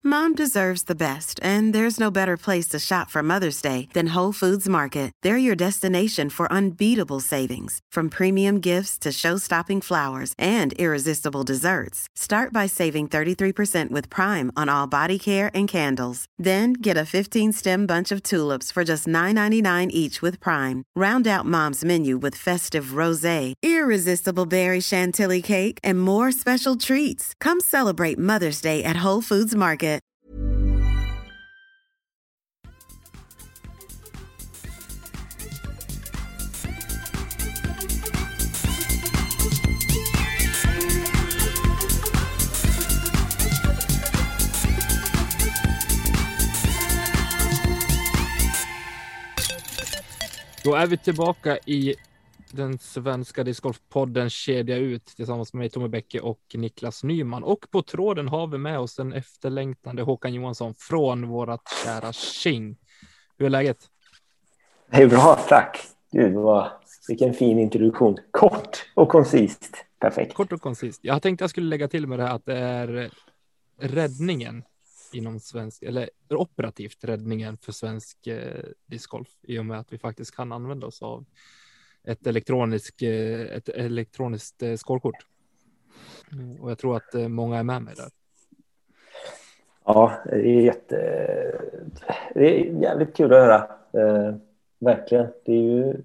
Mom deserves the best, and there's no better place to shop for Mother's Day than Whole Foods Market. They're your destination for unbeatable savings, from premium gifts to show-stopping flowers and irresistible desserts. Start by saving 33% with Prime on all body care and candles. Then get a 15-stem bunch of tulips for just $9.99 each with Prime. Round out Mom's menu with festive rosé, irresistible berry chantilly cake, and more special treats. Come celebrate Mother's Day at Whole Foods Market. Då är vi tillbaka i den svenska discgolfpodden Kedja ut tillsammans med mig, Tommy Bäcke och Niklas Nyman. Och på tråden har vi med oss den efterlängtande Håkan Johansson från vårat kära Tjing. Hur är läget? Det är bra, tack. Gud, vilken fin introduktion. Kort och koncist. Perfekt. Kort och koncist. Jag tänkte jag skulle lägga till med det här att det är räddningen inom svensk, eller operativt räddningen för svensk discgolf, i och med att vi faktiskt kan använda oss av ett elektroniskt scorekort. Och jag tror att många är med mig där. Ja, det är jävligt kul att höra. Verkligen. Det är ju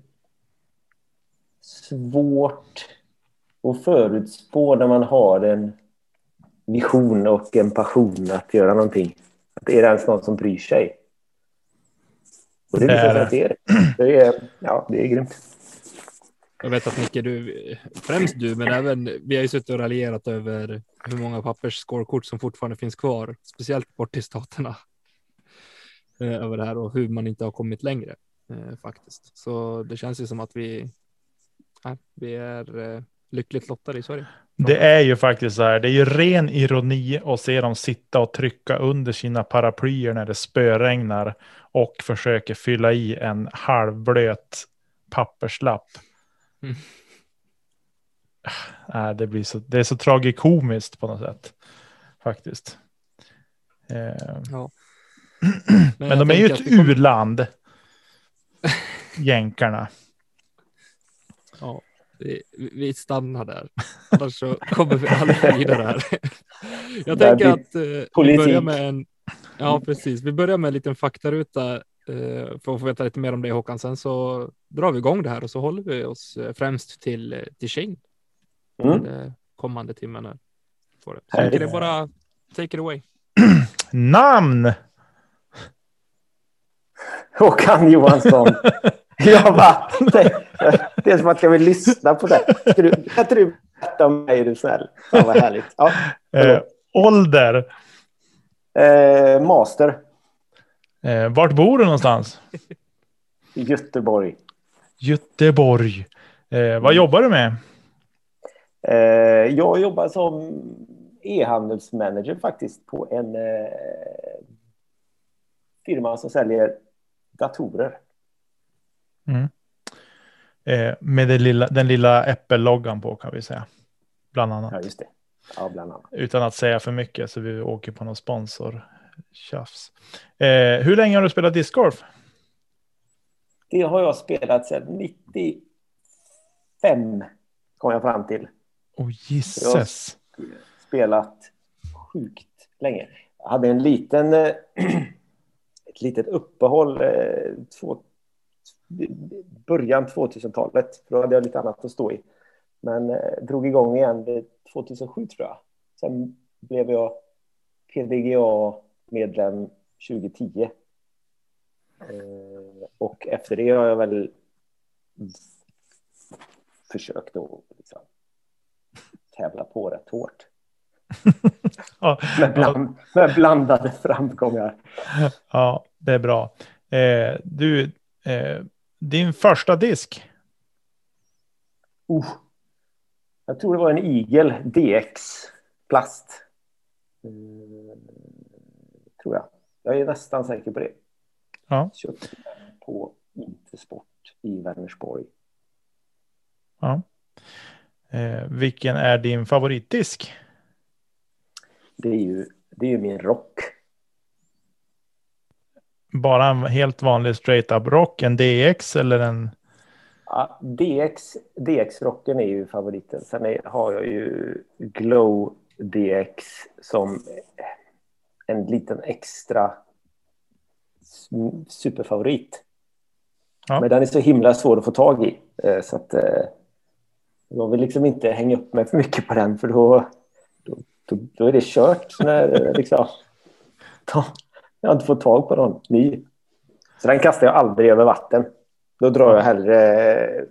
svårt att förutspå när man har en vision och en passion att göra någonting. Att det är ens någon som bryr sig. Och det visar sig att det är grymt. Jag vet att Nicke, främst du, men även vi har ju suttit och raljerat över hur många pappersscorekort som fortfarande finns kvar, speciellt bort i staterna, över det här, och hur man inte har kommit längre faktiskt. Så det känns ju som att vi är lyckligt lottade i Sverige. Det är ju faktiskt så här, det är ju ren ironi att se dem sitta och trycka under sina paraplyer när det spöregnar och försöker fylla i en halvblöt papperslapp. Det är så tragikomiskt på något sätt faktiskt. Ja. Men de är ju ett u-land, jänkarna. Ja, vi stannar där. Annars så kommer vi aldrig vidare här. Jag tänker att vi börjar med vi börjar med en liten faktaruta för att få veta lite mer om det, Håkan. Sen så drar vi igång det här och så håller vi oss främst till Tjing kommande timmen här. Så det är bara take it away. Namn! Håkan Johansson. Det är som att jag vill lyssna på det. Jag tror du berätta om mig, är du snäll. Ja, vad härligt. Ja, ålder? Master. Vart bor du någonstans? Göteborg. Vad jobbar du med? Jag jobbar som e-handelsmanager faktiskt på en firma som säljer datorer. Med den lilla Apple-loggan på, kan vi säga. Bland annat. Ja, just det. Ja, bland annat. Utan att säga för mycket, så vi åker på någon sponsor-tjafs. Hur länge har du spelat discgolf? Det har jag spelat sedan 95, kom jag fram till. Gisses. Jag har spelat sjukt länge. Jag hade ett litet uppehåll början 2000-talet. Då hade jag lite annat att stå i. Men drog igång igen 2007 tror jag. Sen blev jag PDGA-medlem 2010. Och efter det har jag väl försökt att liksom tävla på rätt hårt. Med blandade framgångar. Ja, det är bra. Din första disk? Jag tror det var en Eagle DX plast. Tror jag. Jag är nästan säker på det. Ja. Köpt på Intersport i Vänersborg. Ja. Vilken är din favoritdisk? Det är ju min rock. bara en helt vanlig straight up rock, en DX eller en... Ja, DX-rocken är ju favoriten. Sen har jag ju Glow DX som en liten extra superfavorit. Ja. Men den är så himla svår att få tag i. Så att jag vill liksom inte hänga upp mig för mycket på den, för då är det kört. När, liksom, jag har inte fått tag på någon ny. Så den kastar jag aldrig över vatten. Då drar jag hellre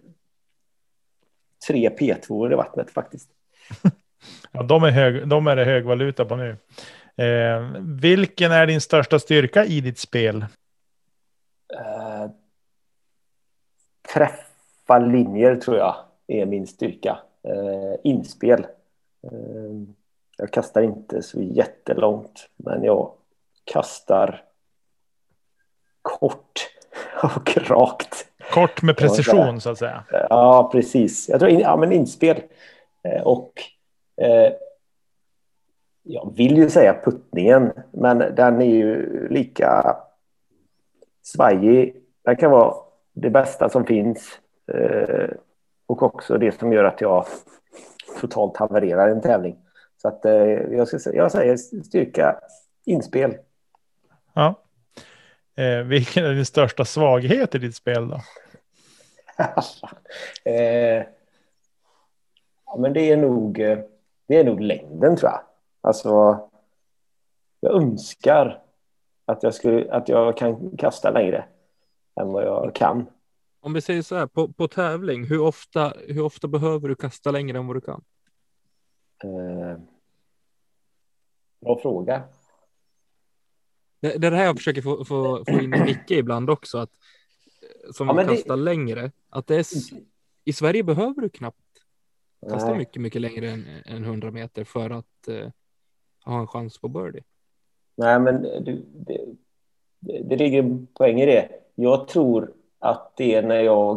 3 P2 i vattnet faktiskt. Ja, de är det högvaluta på nu. Vilken är din största styrka i ditt spel? Träffa linjer tror jag är min styrka. Inspel. Jag kastar inte så jättelångt, men jag kastar kort och rakt. Kort med precision så att säga. Ja, precis. Jag tror men inspel. Och jag vill ju säga puttningen, men den är ju lika svajig. Den kan vara det bästa som finns. Och också det som gör att jag totalt havererar en tävling. Så att jag säger styrka, inspel. Ja. Vilken är din största svaghet i ditt spel då? Ja, men det är nog längden tror jag. Alltså, jag önskar att jag kan kasta längre än vad jag kan. Om vi säger så här, på tävling, hur ofta behöver du kasta längre än vad du kan? Bra fråga. Det är det här jag försöker få in i Micke ibland också, att som kastar längre, att det är i Sverige behöver du knappt kasta mycket längre än 100 meter för att ha en chans på birdie. Nej, men det ligger en poäng i det. Jag tror att det är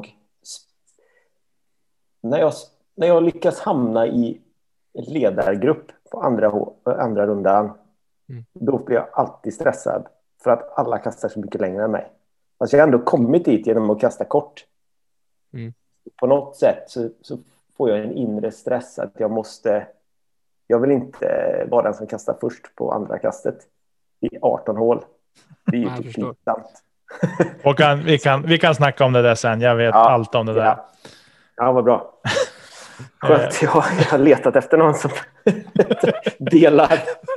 när jag lyckas hamna i en ledargrupp på andra rundan, då blir jag alltid stressad för att alla kastar så mycket längre än mig. Alltså jag har ändå kommit dit genom att kasta kort. På något sätt så får jag en inre stress att jag vill inte vara den som kastar först på andra kastet i 18 hål. Det är ju typ pinsamt. Vi kan snacka om det där sen. Jag vet allt om det där. Ja, vad bra. Skönt, jag har letat efter någon som delar.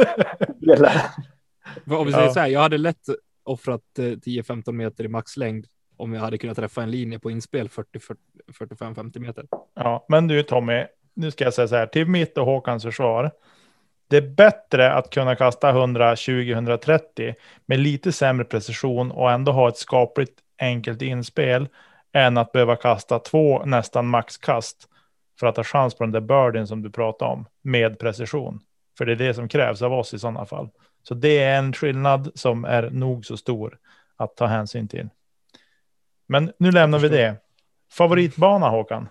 Om vi säger så här, jag hade lätt offrat 10-15 meter i maxlängd om jag hade kunnat träffa en linje på inspel 45-50 meter. Ja, men du Tommy, nu ska jag säga så här, till mitt och Håkans försvar. Det är bättre att kunna kasta 120-130 med lite sämre precision och ändå ha ett skapligt enkelt inspel än att behöva kasta 2 nästan maxkast för att ha chans på den där birdien som du pratar om med precision. För det är det som krävs av oss i sådana fall. Så det är en skillnad som är nog så stor att ta hänsyn till. Men nu lämnar vi det. Favoritbana, Håkan?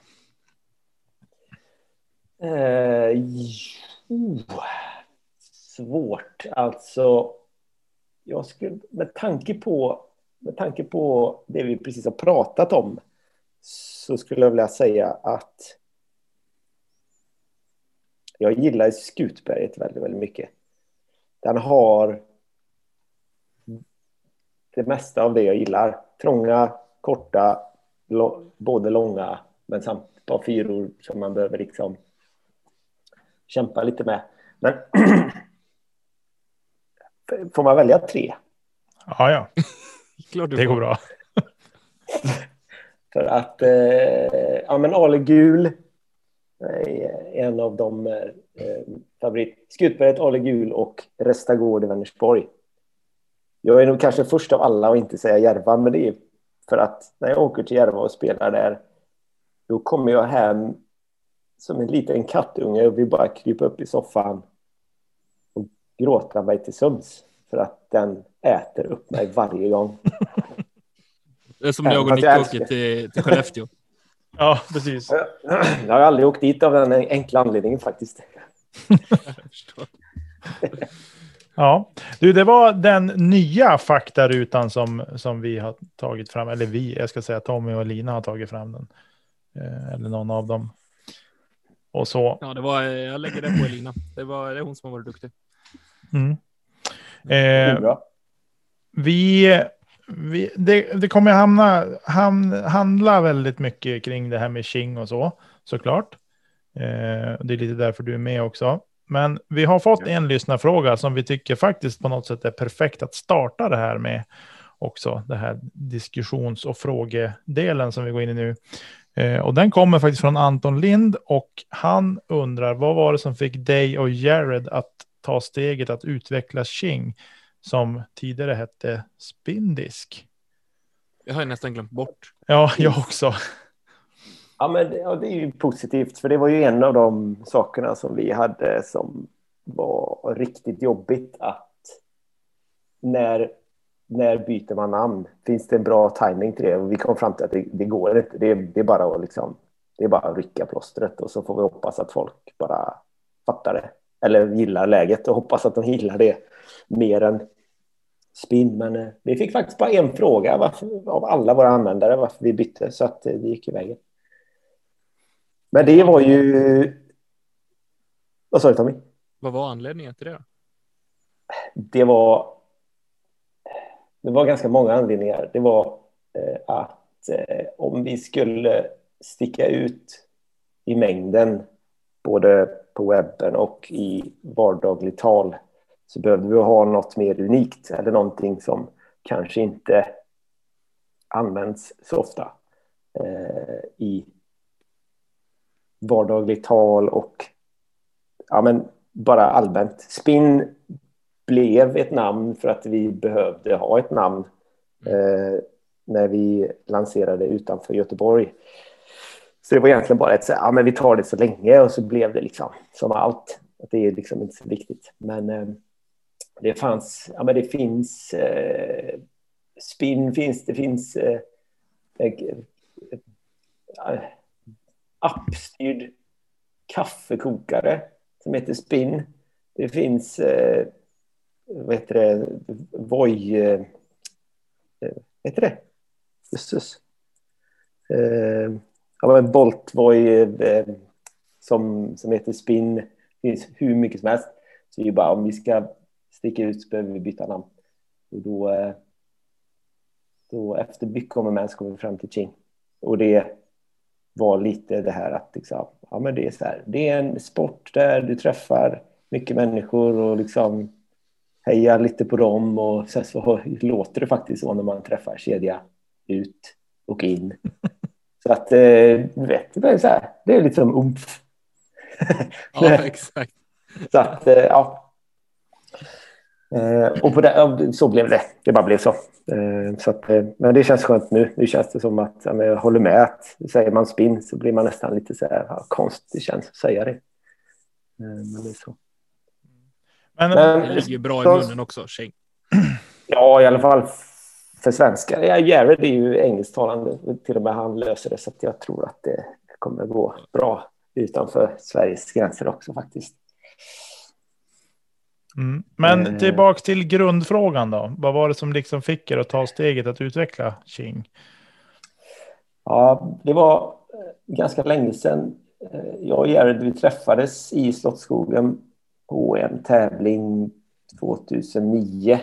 Svårt. Alltså, jag skulle med tanke på det vi precis har pratat om, så skulle jag vilja säga att jag gillar Skutberget väldigt, väldigt mycket. Den har det mesta av det jag gillar. Trånga, korta, både långa, men samt ett par fyror som man behöver liksom kämpa lite med. Men får man välja 3? Ja. Klart det går bra. För att men Ale Gul är en av de favorit. Skutberget, Ale Gul och Restagård i Vänersborg. Jag är nog kanske först av alla och inte säga Järva, men det är för att när jag åker till Järva och spelar där, då kommer jag hem som en liten kattunge och vill bara krypa upp i soffan och gråta mig till sömns för att den äter upp mig varje gång. Det är som när jag och Nick åker till Skellefteå. Ja, precis. Jag har aldrig åkt dit av den enkla anledningen faktiskt. Ja, du, det var den nya faktarutan som vi har tagit fram, eller jag ska säga Tommy och Lina har tagit fram den. Eller någon av dem. Och så. Ja, jag lägger det på Elina. Det är hon som har varit duktig. Mm. Det kommer handla väldigt mycket kring det här med Qing och såklart. Det är lite därför du är med också. Men vi har fått en lyssnarfråga som vi tycker faktiskt på något sätt är perfekt att starta det här med också. Det här diskussions- och frågedelen som vi går in i nu. Och den kommer faktiskt från Anton Lind och han undrar vad var det som fick dig och Jared att ta steget att utveckla Qing som tidigare hette Spindisk? Jag har nästan glömt bort. Ja, jag också. Ja, men det är ju positivt, för det var ju en av de sakerna som vi hade som var riktigt jobbigt, att när byter man namn? Finns det en bra timing till det? Och vi kom fram till att det går inte. Det är bara att det är bara att rycka plåstret och så får vi hoppas att folk bara fattar det eller gillar läget och hoppas att de gillar det mer än Spin. Men vi fick faktiskt bara en fråga av alla våra användare varför vi bytte, så att det gick i vägen. Men det var ju... Vad sa du, Tommy? Vad var anledningen till det? Det var ganska många anledningar. Det var att om vi skulle sticka ut i mängden både på webben och i vardagligt tal, så behövde vi ha något mer unikt eller någonting som kanske inte används så ofta i vardagligt tal och bara allmänt. Spin blev ett namn för att vi behövde ha ett namn när vi lanserade utanför Göteborg. Så det var egentligen bara men vi tar det så länge, och så blev det liksom som allt. Att det är liksom inte så viktigt. Men det finns Spin finns, det finns appstyrd kaffekokare som heter Spin. Det finns Boltvoy som heter Spin. Det finns hur mycket som helst. Så det är bara, om vi ska sticka ut så behöver vi byta namn. Och då efter mycket om och men så kommer vi fram till Qing. Och det var lite det här att liksom, men det är så här, det är en sport där du träffar mycket människor och liksom hejar lite på dem, och sen så låter det faktiskt så när man träffar kedja ut och in. Så att du vet, det är så här, det är lite som umf. Ja, exakt. Så att och på det, så blev det. Det bara blev så. Så att, men det känns skönt nu. Nu känns det som att jag håller med, att säger man Spin så blir man nästan lite så här konstigt känns att säga det. Men det är så. Men det ligger bra i munnen också, Qing. Ja, i alla fall för svenska. Ja, Jared är ju engelsktalande. Till och med han löser det, så att jag tror att det kommer gå bra utanför Sveriges gränser också faktiskt. Men tillbaka till grundfrågan då. Vad var det som liksom fick er att ta steget att utveckla Qing? Ja, det var ganska länge sedan. Jag och Jared, vi träffades i Slottsskogen på en tävling 2009.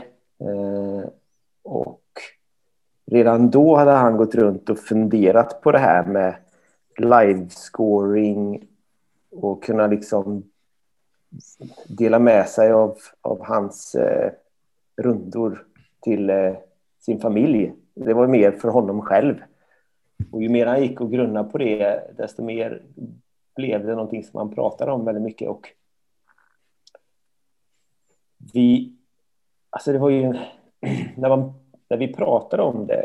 Och redan då hade han gått runt och funderat på det här med livescoring och kunna liksom dela med sig av hans rundor till sin familj. Det var mer för honom själv. Och ju mer han gick och grunnade på det, desto mer blev det någonting som han pratade om väldigt mycket. Och det var ju när vi pratade om det,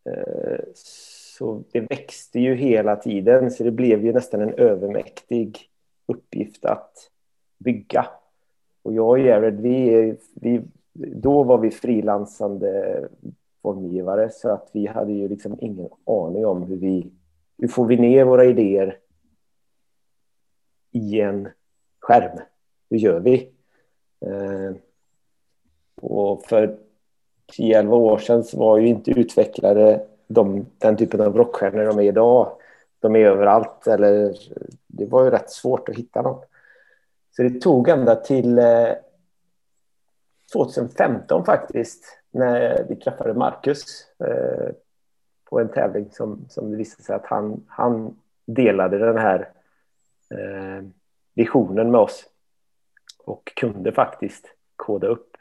så det växte ju hela tiden, så det blev ju nästan en övermäktig uppgift att bygga. Och jag och Jared, då var vi frilansande formgivare, så att vi hade ju liksom ingen aning om hur får vi ner våra idéer i en skärm. Hur gör vi? Och för 10-11 år sedan så var ju inte utvecklare den typen av rockstjärnor de är idag. De är överallt, eller det var ju rätt svårt att hitta dem. Så det tog ända till 2015 faktiskt, när vi träffade Marcus på en tävling som det visade sig att han delade den här visionen med oss och kunde faktiskt koda upp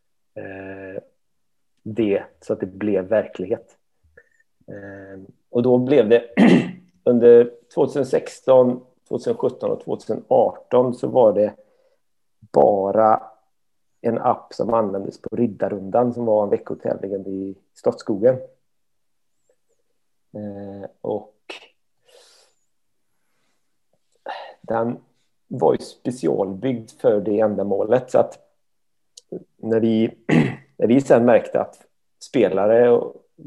det så att det blev verklighet. Och då blev det under 2016, 2017 och 2018 så var det bara en app som användes på Riddarrundan som var en veckotävling i Slottsskogen. Och den var ju specialbyggd för det ändamålet, så att när vi sen märkte att spelare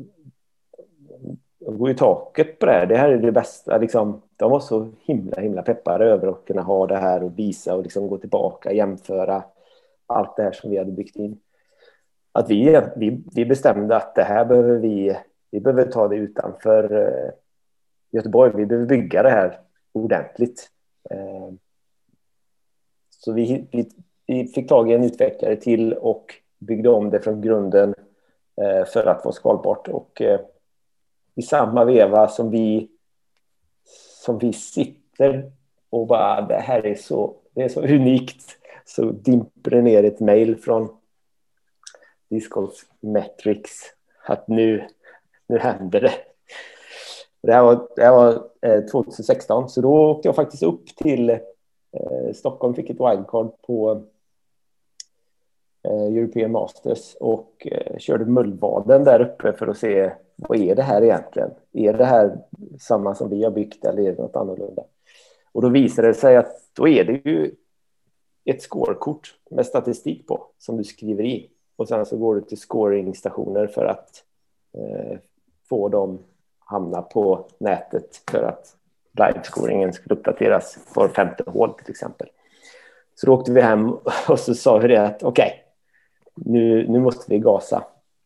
går i taket på det här är det bästa, liksom, de var så himla peppade över att kunna ha det här och visa och liksom gå tillbaka, jämföra allt det här som vi hade byggt in. Att vi bestämde att det här behöver vi behöver ta det utanför Göteborg. Vi behöver bygga det här ordentligt. Så vi fick tag i en utvecklare till och byggde om det från grunden för att vara skalbart. Och i samma veva som vi sitter och bara det här är så unikt, så dimper det ner ett mejl från Disc Golf Metrics att nu händer det. Det här var 2016, så då åkte jag faktiskt upp till Stockholm, fick ett wildcard på European Masters och körde mullvaden där uppe för att se vad är det här egentligen? Är det här samma som vi har byggt eller är det något annorlunda? Och då visade det sig att då är det ju ett scorekort med statistik på som du skriver i. Och sen så går du till scoringstationer för att få dem hamna på nätet för att livescoringen skulle uppdateras för 5:e hål till exempel. Så då åkte vi hem och så sa vi det att okej, nu måste vi gasa.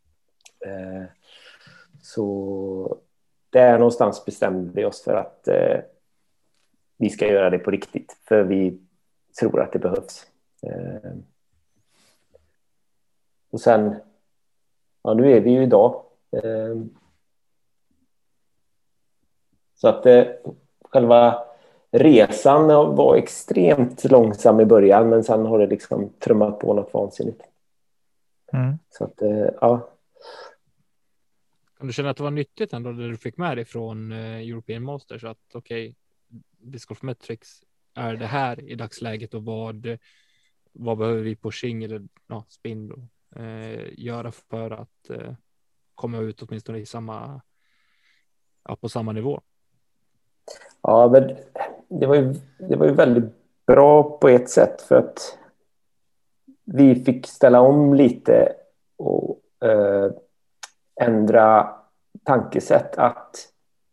Så där någonstans bestämde vi oss för att vi ska göra det på riktigt. För vi tror att det behövs. Och sen, ja, nu är vi ju idag. Så att själva resan var extremt långsam i början, men sen har det liksom trummat på något vansinnigt. Så att, ja. Kan du känna att det var nyttigt ändå när du fick med dig från European Masters att okej, Disc Golf Metrics är det här i dagsläget och vad behöver vi på Shing eller spin då, göra för att komma ut åtminstone på samma nivå? Ja, men det var ju väldigt bra på ett sätt för att vi fick ställa om lite och ändra tankesätt att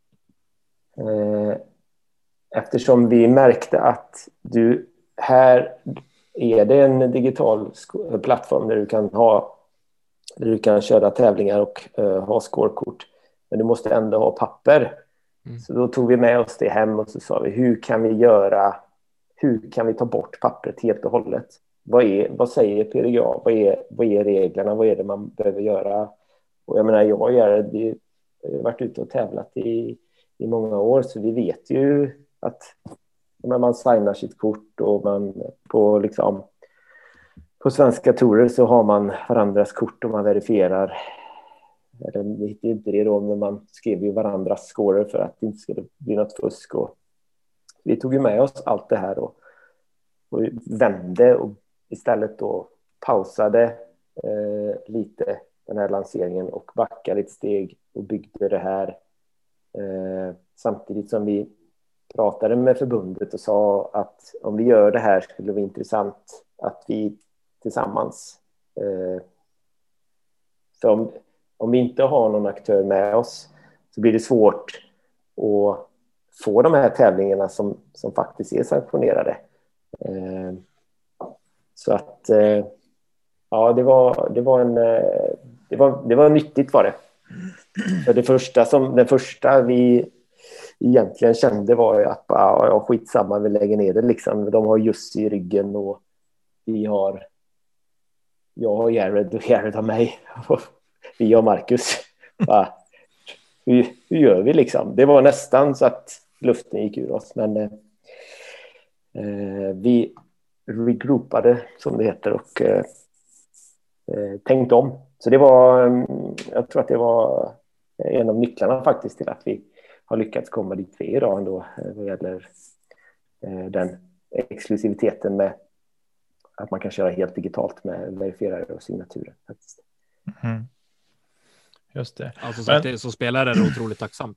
eftersom vi märkte att här är det en digital plattform där du kan köra tävlingar och ha scorekort, men du måste ändå ha papper. Så då tog vi med oss det hem och så sa vi, hur kan vi ta bort pappret helt och hållet? Vad säger PDGA? Vad är reglerna? Vad är det man behöver göra? Och jag menar, jag har varit ute och tävlat i många år, så vi vet ju att när man signar sitt kort och man på svenska tourer så har man varandras kort och man verifierar. Eller det är inte det då, men man skrev ju varandras scorer för att det inte skulle bli något fusk. Och vi tog ju med oss allt det här och vände och istället då pausade lite den här lanseringen och backade ett steg och byggde det här samtidigt som vi pratade med förbundet och sa att om vi gör det här skulle det vara intressant att vi tillsammans för om vi inte har någon aktör med oss så blir det svårt att få de här tävlingarna som faktiskt är sanktionerade. Så att Ja, det var nyttigt var det. För den första vi egentligen kände var ju att skitsamma, vi lägger ner det liksom. De har just i ryggen och jag har Jared och Jared har mig. Vi har Marcus. Hur gör vi liksom? Det var nästan så att luften gick ur oss, men vi regroupade som det heter och tänkte om. Så jag tror att det var en av nycklarna faktiskt till att vi har lyckats komma dit vi är idag ändå vad gäller den exklusiviteten med att man kan köra helt digitalt med verifierare och signaturer faktiskt. Mm. Just det. Alltså så spelare är det otroligt tacksamt.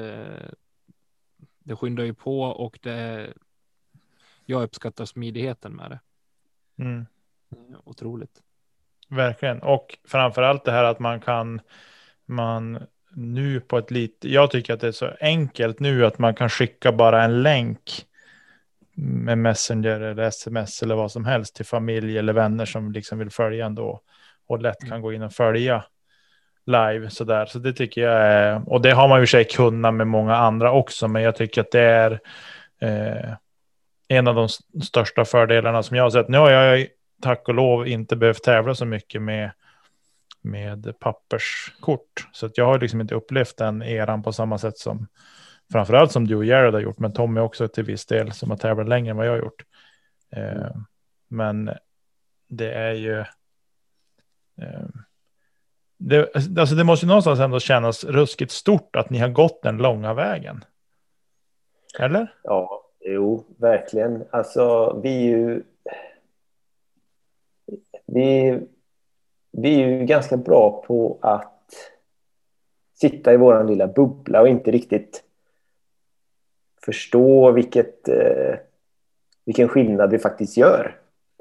Det skyndar ju på och jag uppskattar smidigheten med det. Mm. Otroligt. Verkligen. Och framförallt det här att man nu på ett jag tycker att det är så enkelt nu att man kan skicka bara en länk med Messenger eller SMS eller vad som helst till familj eller vänner som liksom vill följa ändå och lätt kan gå in och följa live sådär. Så det tycker jag är, och det har man ju sig kunnat med många andra också, men jag tycker att det är en av de största fördelarna som jag har sett. Nu har jag tack och lov inte behövt tävla så mycket med papperskort, så att jag har liksom inte upplevt den eran på samma sätt som framförallt som du och Jared har gjort, men Tommy också till viss del som har tävlat längre än vad jag har gjort. Men det är ju det måste ju någonstans ändå kännas ruskigt stort att ni har gått den långa vägen. Eller? Ja, jo, verkligen. Alltså vi är ju ganska bra på att sitta i våran lilla bubbla och inte riktigt förstå vilken skillnad vi faktiskt gör.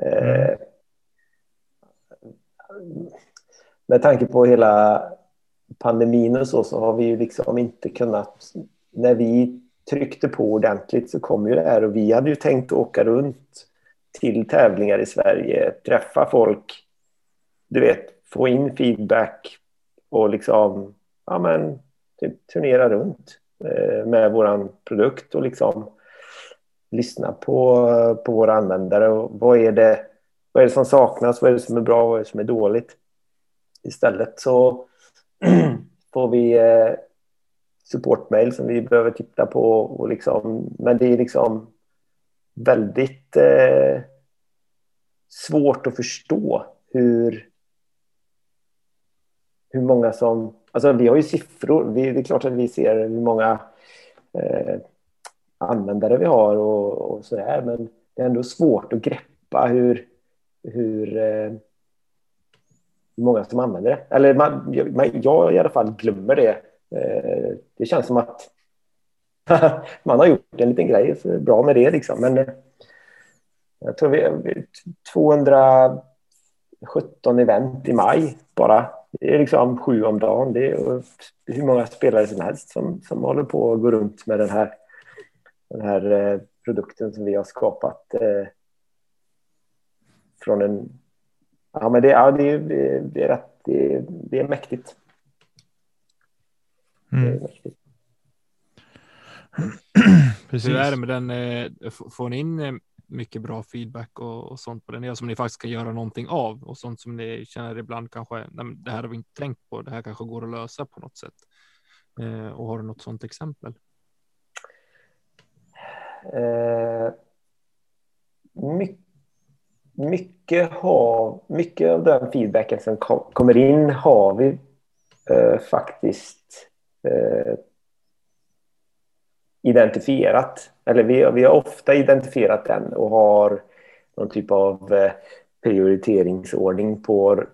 Med tanke på hela pandemin och så har vi ju liksom inte kunnat, när vi tryckte på ordentligt så kom ju det här, och vi hade ju tänkt åka runt till tävlingar i Sverige, träffa folk, du vet, få in feedback och liksom typ turnera runt med våran produkt och liksom lyssna på våra användare och vad är det som saknas, vad är det som är bra, vad är det som är dåligt. Istället så får vi supportmail som vi behöver titta på och liksom, men det är liksom väldigt svårt att förstå hur många som, alltså vi har ju siffror, det är klart att vi ser hur många användare vi har och så här, men det är ändå svårt att greppa hur många som använder det. Eller jag i alla fall glömmer det. Det känns som att man har gjort en liten grej så bra med det liksom. Men jag tror vi har 217 event i maj bara. Det är liksom 7 om dagen. Det är hur många spelare som helst som håller på att gå runt med den här produkten som vi har skapat från en. Ja, men det är mäktigt. Det är mäktigt. Precis. Hur är det med den? Får ni in mycket bra feedback och sånt på den som ni faktiskt ska göra någonting av och sånt som ni känner ibland kanske, det här har vi inte tänkt på, det här kanske går att lösa på något sätt. Och har du något sånt exempel? Mycket av den feedbacken som kommer in har vi faktiskt identifierat. Eller vi har ofta identifierat den och har någon typ av prioriteringsordning på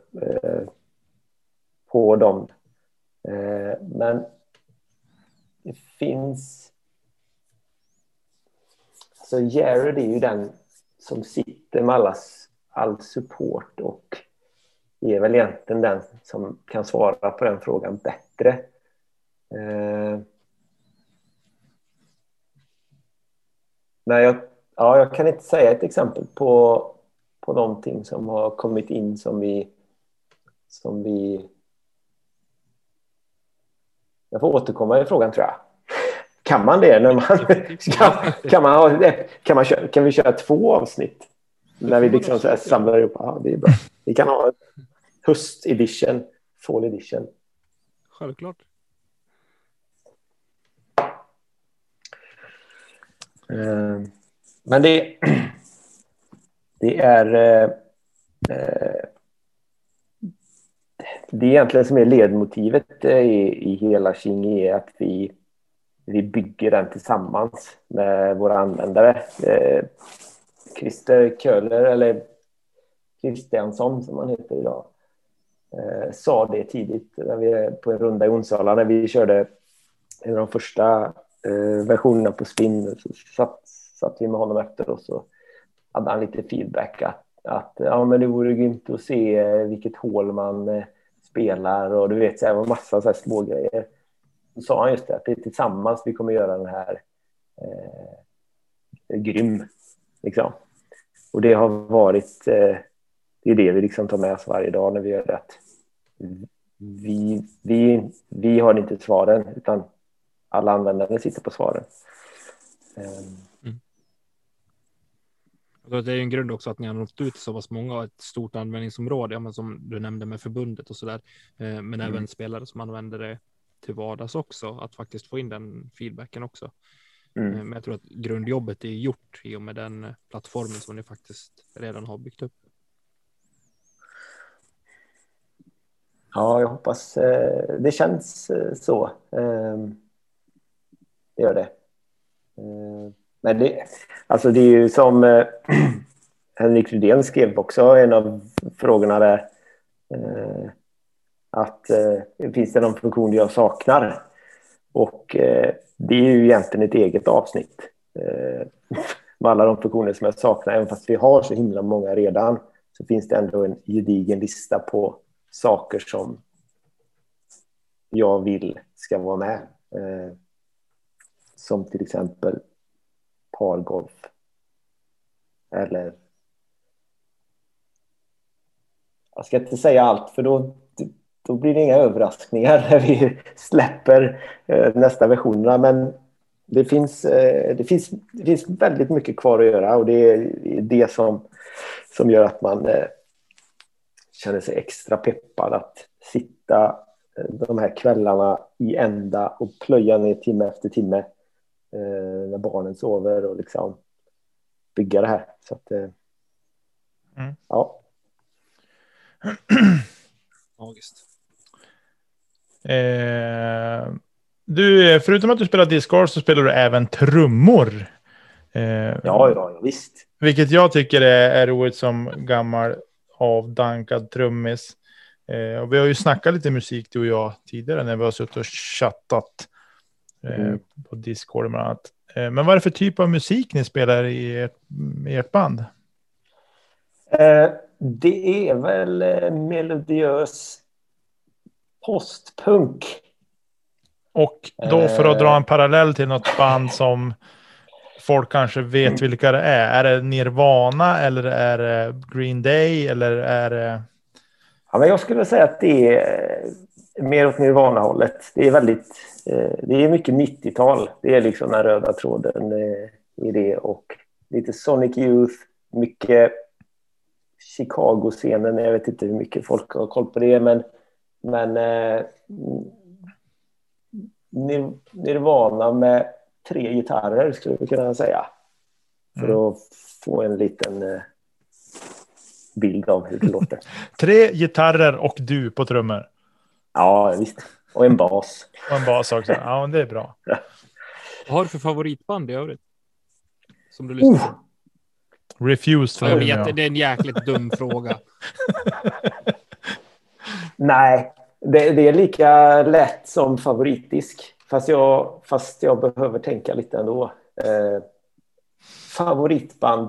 dem. Men det finns, så Jared är ju den som sitter med all support och är väl egentligen den som kan svara på den frågan bättre. Men jag kan inte säga ett exempel på på någonting som har kommit in som vi jag får återkomma i frågan, tror jag. Kan man det när man kan vi köra 2 avsnitt när vi liksom så här samlar ihop? Ja, det är bra. Vi kan ha höst-edition, fall-edition. Självklart. Men det är det egentligen som är ledmotivet i hela Kingi, är att vi bygger den tillsammans med våra användare. Christer Köhler, eller Kristiansson som han heter idag, sa det tidigt när vi på en runda i Onsala, när vi körde en av de första versionerna på Spin. Så satt vi med honom efter, och så hade han lite feedback att ja, men det vore grymt att se vilket hål man spelar, och du vet, så här var massa så här små grejer. Så sa han just det, att det är tillsammans vi kommer göra den här grym liksom. Och det har varit det är det vi liksom tar med oss varje dag när vi gör det. Att vi har inte svaren, utan alla användare sitter på svaren. Det är en grund också att ni har nått ut till så pass många och ett stort användningsområde, men som du nämnde med förbundet och sådär, men även spelare som använder det till vardags också, att faktiskt få in den feedbacken också. Men jag tror att grundjobbet är gjort i och med den plattformen som ni faktiskt redan har byggt upp. Ja, jag hoppas det känns så. Det gör det. Men det är ju som Henrik Rydén skrev också, en av frågorna där, att finns det någon funktion jag saknar? Och det är ju egentligen ett eget avsnitt med alla de funktioner som jag saknar. Även fast vi har så himla många redan, så finns det ändå en gedigen lista på saker som jag vill ska vara med. Som till exempel pargolf. Eller jag ska inte säga allt, för då blir det inga överraskningar när vi släpper nästa versionerna. Men det finns väldigt mycket kvar att göra, och det är det som gör att man känner sig extra peppad att sitta de här kvällarna i ända och plöja ner timme efter timme när barnen sover och liksom bygga det här. Så att ja. Magiskt. Du, förutom att du spelar discgolf så spelar du även trummor. Ja, visst. Vilket jag tycker är roligt som gammal avdankad trummis. Och vi har ju snackat lite musik, du och jag, tidigare när vi har suttit och chattat på Discord bland annat. Men vad är det för typ av musik ni spelar i ert band? Det är väl melodiös postpunk. Och då, för att dra en parallell till något band som folk kanske vet vilka det är. Är det Nirvana eller är det Green Day eller är det... Ja, men jag skulle säga att det är mer åt Nirvana-hållet. Det är väldigt, det är mycket 90-tal. Det är liksom den röda tråden i det, och lite Sonic Youth, mycket Chicago-scenen. Jag vet inte hur mycket folk har koll på det, men Nirvana med 3 gitarrer skulle vi kunna säga. För att få en liten bild av hur det låter. 3 gitarrer och du på trummor. Ja, visst. Och en bas. Och en bas också. Ja, men det är bra. Vad har du för favoritband i övrigt? Som du lyssnar på? Refused. Det är en jäkligt dum fråga. Nej, det är lika lätt som favoritisk. Fast jag behöver tänka lite ändå. Favoritband.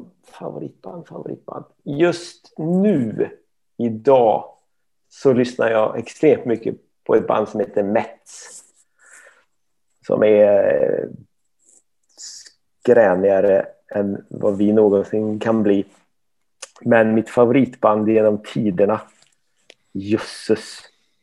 Just nu, idag, så lyssnar jag extremt mycket på ett band som heter Mets. Som är skränigare än vad vi någonsin kan bli. Men mitt favoritband genom tiderna, jösses.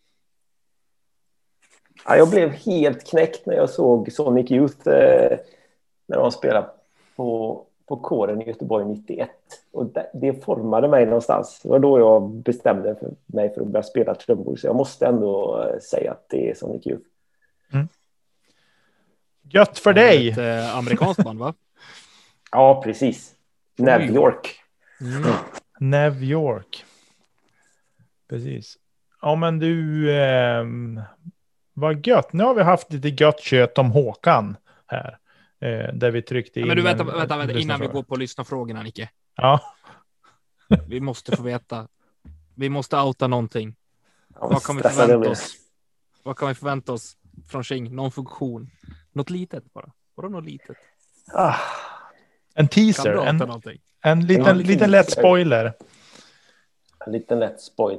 Ja, jag blev helt knäckt när jag såg Sonic Youth när de spelade på kåren i Göteborg 91. Och det formade mig någonstans. Det var då jag bestämde mig för att börja spela trummor. Så jag måste ändå säga att det är Sonic Youth. Mm. Gött för dig! Ett amerikanskt band, va? Ja, precis. New York. New York. Precis. Ja, men du... vad gött. Nu har vi haft lite gött kött om Håkan här. Där vi tryckte in... Men du, vänta innan vi går på lyssnarfrågorna, Nicke. Ja. Vi måste få veta. Vi måste outa någonting. Ja, Vad kan vi förvänta oss? Vad kan vi förvänta oss från Shing? Någon funktion? Något litet bara? Bara något litet? En teaser. En liten lätt spoiler. En liten lätt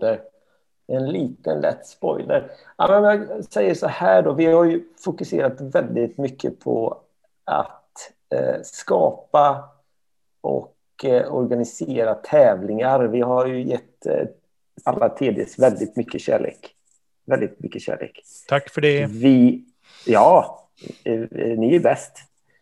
spoiler. Ja, men jag säger så här då. Vi har ju fokuserat väldigt mycket på att skapa och organisera tävlingar. Vi har ju gett alla TDs väldigt mycket kärlek. Väldigt mycket kärlek. Tack för det. Ni är bäst.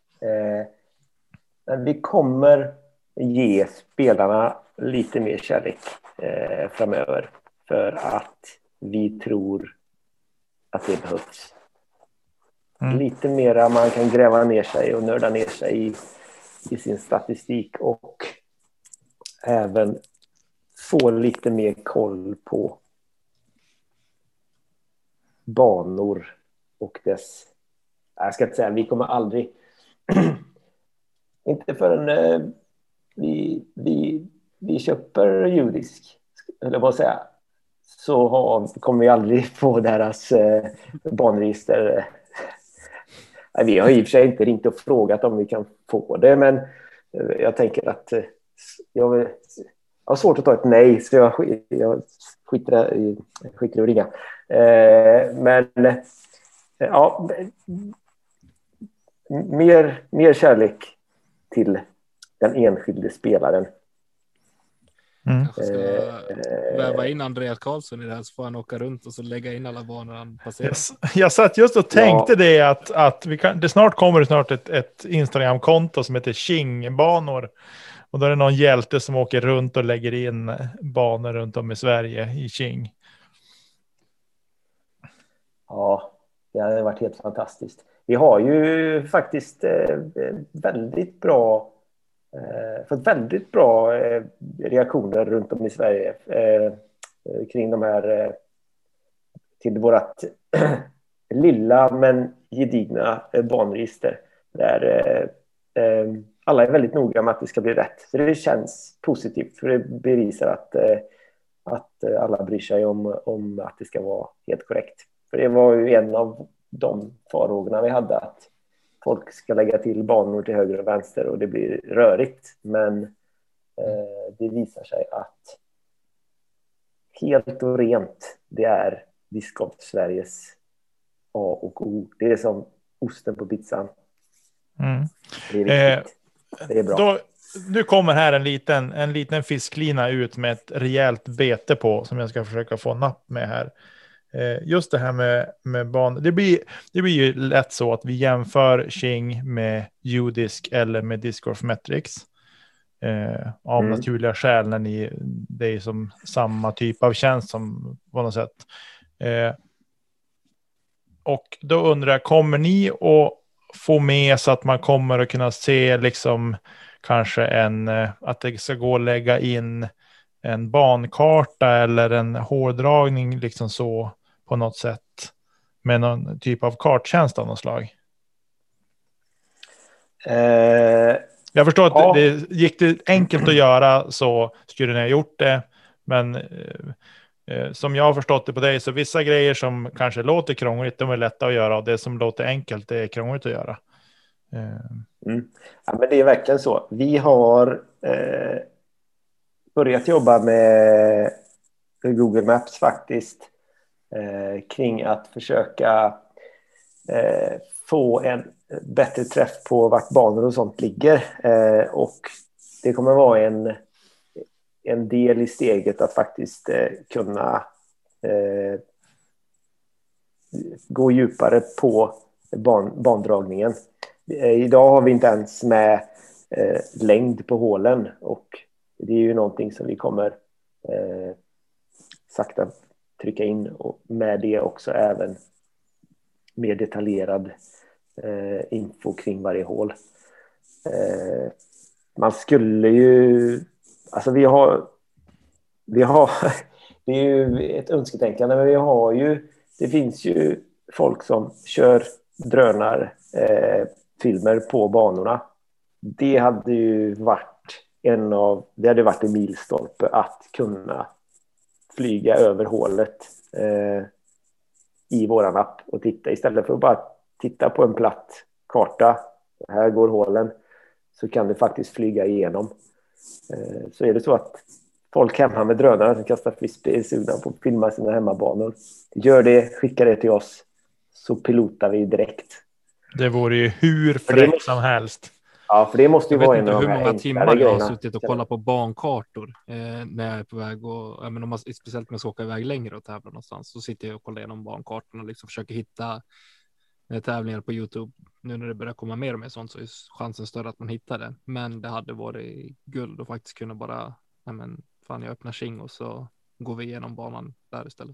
Men vi kommer ge spelarna lite mer kärlek framöver. För att vi tror att det behövs. Lite mera man kan gräva ner sig och nörda ner sig i sin statistik. Och även få lite mer koll på banor och dess... Jag ska inte säga, vi kommer aldrig... inte förrän vi köper judisk, eller vad säga, så kommer vi aldrig få deras banregister. Vi har i och för sig inte ringt och frågat om vi kan få det, men jag tänker att jag har svårt att ta ett nej, så jag skiter i att ringa. Men ja, mer kärlek till den enskilde spelaren. Kanske ska väva in Andreas Karlsson i det här, så får han åka runt och så lägga in alla banor han passerar. Jag satt just och tänkte det att det snart kommer ett Instagram-konto som heter Shing-banor. Och då är det någon hjälte som åker runt och lägger in banor runt om i Sverige i Shing. Ja, det har varit helt fantastiskt. Vi har ju faktiskt fått väldigt bra reaktioner runt om i Sverige kring de här till vårat lilla men gedigna banregister, där alla är väldigt noga med att det ska bli rätt. Så det känns positivt, för det bevisar att alla bryr sig om att det ska vara helt korrekt. För det var ju en av de farhågorna vi hade, att folk ska lägga till banor till höger och vänster och det blir rörigt. Men det visar sig att helt och rent, det är Discgolf Sveriges A och O. Det är som osten på pizzan. Det är viktigt. Det är bra. Nu kommer här en liten fisklina ut med ett rejält bete på, som jag ska försöka få napp med här. Just det här med ban. Det blir ju lätt så att vi jämför Shing med Judisk eller med Discgolf Metrics. Av naturliga skäl, när det är som samma typ av tjänst som på något sätt. Och då undrar jag, kommer ni att få med så att man kommer att kunna se liksom kanske att det ska gå att lägga in en bankarta eller en hårdragning liksom så på något sätt med någon typ av karttjänst av något slag? Jag förstår att gick det enkelt att göra så skulle ni ha gjort det, men som jag har förstått det på dig, så vissa grejer som kanske låter krångligt, de är lätta att göra, och det som låter enkelt, det är krångligt att göra. Ja, men det är verkligen så. Vi har börjat jobba med Google Maps faktiskt, kring att försöka få en bättre träff på vart banor och sånt ligger. Och det kommer vara en del i steget att faktiskt kunna gå djupare på bandragningen. Idag har vi inte ens med längd på hålen, och det är ju någonting som vi kommer sakta trycka in, och med det också även mer detaljerad info kring varje hål. Man skulle ju, alltså vi har det är ju ett önsketänkande, men det finns ju folk som kör drönarfilmer på banorna. Det hade ju varit en milstolpe att kunna flyga över hålet i våran app och titta, istället för att bara titta på en platt karta. Här går hålen, så kan du faktiskt flyga igenom. Så är det så att folk hemma med drönare som kastar frisbee är sugna på att filma sina hemmabanor, gör det, skicka det till oss, så pilotar vi direkt. Det vore ju hur fräckt som helst. Ja, för det måste ju vara en av de här hur många timmar jag har suttit och kollat på bankartor när jag är på väg, och om man, speciellt med att åka iväg längre och tävla någonstans, så sitter jag och kollar igenom bankartorna och liksom försöker hitta tävlingar på YouTube. Nu när det börjar komma mer och mer sånt, så är chansen större att man hittar det. Men det hade varit guld att faktiskt kunna bara, jag öppnar Xing och så går vi igenom banan där istället.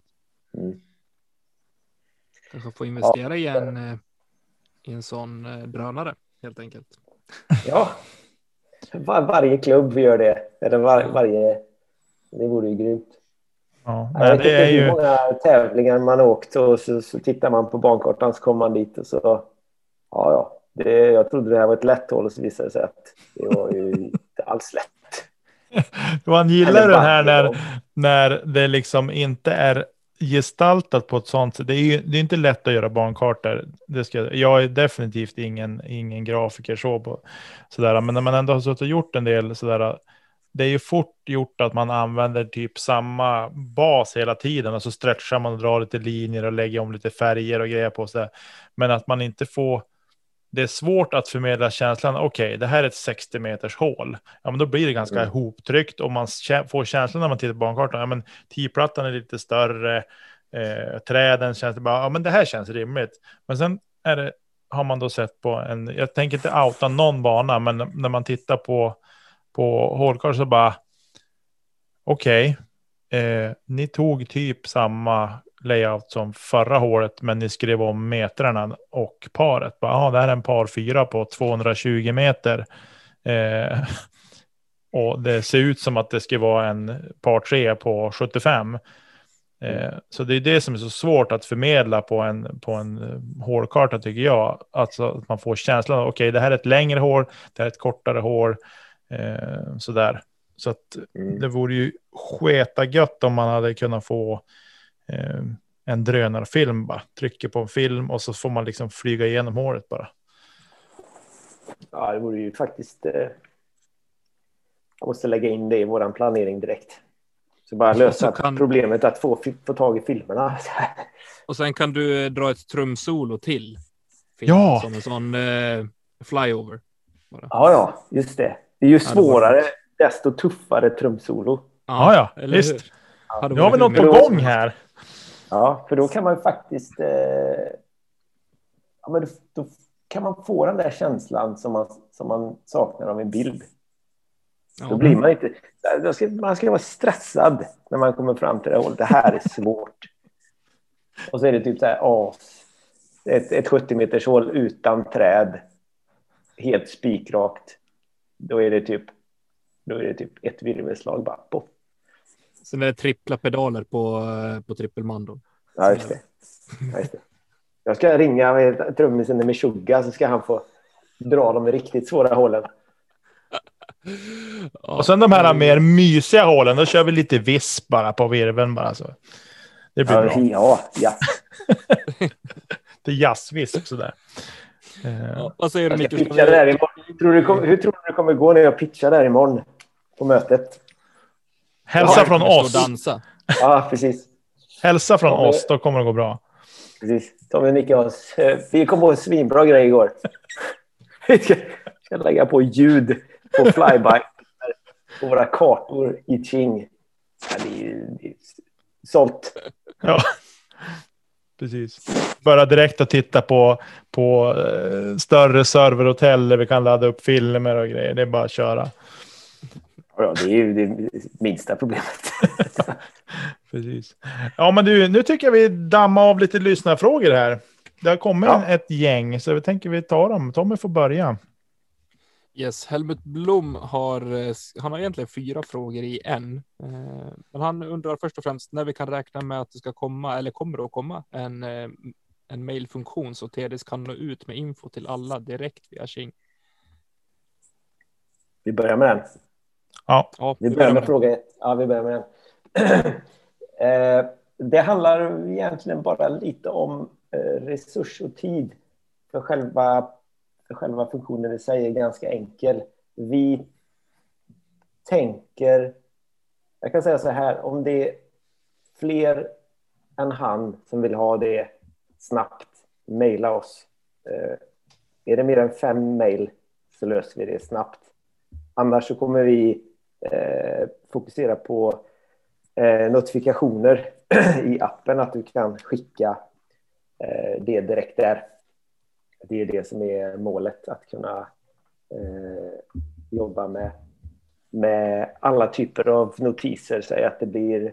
Kanske få investera i en sån drönare helt enkelt. Ja, varje klubb vi gör det. Eller varje, det vore ju grymt. Ja, jag vet inte hur många tävlingar man åkt, och så tittar man på bankartan, så kommer man dit och så jag trodde det här var ett lätt hål, och så visade det sig att det var ju inte alls lätt. Man gillar den här när det liksom inte är gestaltat på ett sånt sätt. Det är inte lätt att göra bankartor. Jag är definitivt ingen grafiker sådär, men när man ändå har suttit och gjort en del sådär, det är ju fort gjort att man använder typ samma bas hela tiden, och så stretchar man och drar lite linjer och lägger om lite färger och grejer på sig. Men att man inte får, det är svårt att förmedla känslan, okej, det här är ett 60 meters hål. Ja, men då blir det ganska ihoptryckt, och man får känslan när man tittar på bankartan. Ja, men T-plattan är lite större, träden känns det bara, ja men det här känns rimligt. Men sen har man då sett på jag tänker inte outa någon bana, men när man tittar på hålkart så bara okej, ni tog typ samma layout som förra hålet, men ni skrev om metrarna och paret. Det här är en par 4 på 220 meter. Och det ser ut som att det ska vara en par 3 på 75. Så det är det som är så svårt att förmedla på en hålkarta, tycker jag. Alltså att man får känslan av okej, det här är ett längre hål, det här är ett kortare hål. Sådär. Så att det vore ju sketa gött om man hade kunnat få en drönarfilm, bara trycker på en film och så får man liksom flyga igenom hålet bara. Ja, det vore ju faktiskt jag måste lägga in det i våran planering direkt. Så bara lösa problemet att få tag i filmerna. Och sen kan du dra ett trumsolo till. Ja. Som en sån flyover. Bara. Ja, just det. Det är ju svårare, desto tuffare trumsolo. Ja, visst. Nu har vi något på gång här. Ja, för då kan man faktiskt då kan man få den där känslan som man saknar av en bild. Ja. Då blir man inte, man ska vara stressad när man kommer fram till det hållet. Det här är svårt. Och så är det typ så här, ett 70 meters hål utan träd, helt spikrakt. Då är det typ ett virvelslag bara på. Sen är det trippla pedaler på trippelmandon. Ja, just det. Jag ska ringa trummisen med Suga, så ska han få dra de riktigt svåra hålen. Och sen de här mer mysiga hålen, då kör vi lite visp bara på virveln bara så. Det blir bra. Ja. Det är jazzvisp sådär. Vad säger du, Mikael? Hur tror du det kommer gå när jag pitchar där imorgon på mötet? Hälsa från oss. Dansa. Ja, precis. Hälsa från oss, då kommer det gå bra. Precis. Tommy och Nicke, vi kom på en svinbra grej igår. Vi ska lägga på ljud på flyby. på våra kartor i Qing. Ja, det är sålt. Ja, precis. Bara direkt att titta på större serverhotell där vi kan ladda upp filmer och grejer. Det är bara att köra. Ja, det är ju det minsta problemet. Precis. Ja, men du, nu tycker jag vi dammar av lite lyssnarfrågor här. Det har kommit ett gäng, så vi tänker vi tar dem. Tommy får börja. Yes, Helmut Blom han har egentligen 4 frågor i en. Men han undrar först och främst när vi kan räkna med att det ska komma, eller kommer att komma, en mailfunktion så TDS kan nå ut med info till alla direkt via Qing. Vi börjar med den. Ja, vi börjar med fråga 1. Ja, vi börjar med den. Det handlar egentligen bara lite om resurs och tid. För själva funktionen i sig är ganska enkel. Vi tänker, jag kan säga så här, om det är fler än han som vill ha det snabbt, mejla oss. Är det mer än 5 mejl så löser vi det snabbt. Annars så kommer vi fokusera på notifikationer i appen, att du kan skicka det direkt där. Det är det som är målet, att kunna jobba med alla typer av notiser. Säg att det blir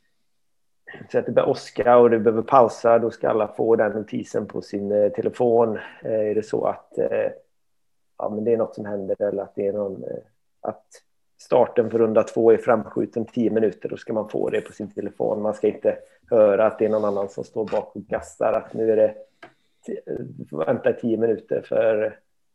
åska och du behöver pausa, då ska alla få den notisen på sin telefon. Är det så att men det är något som händer, eller att det är att starten för runda 2 är framskjuten 10 minuter, då ska man få det på sin telefon. Man ska inte höra att det är någon annan som står bak och gastar att nu är det vänta 10 minuter för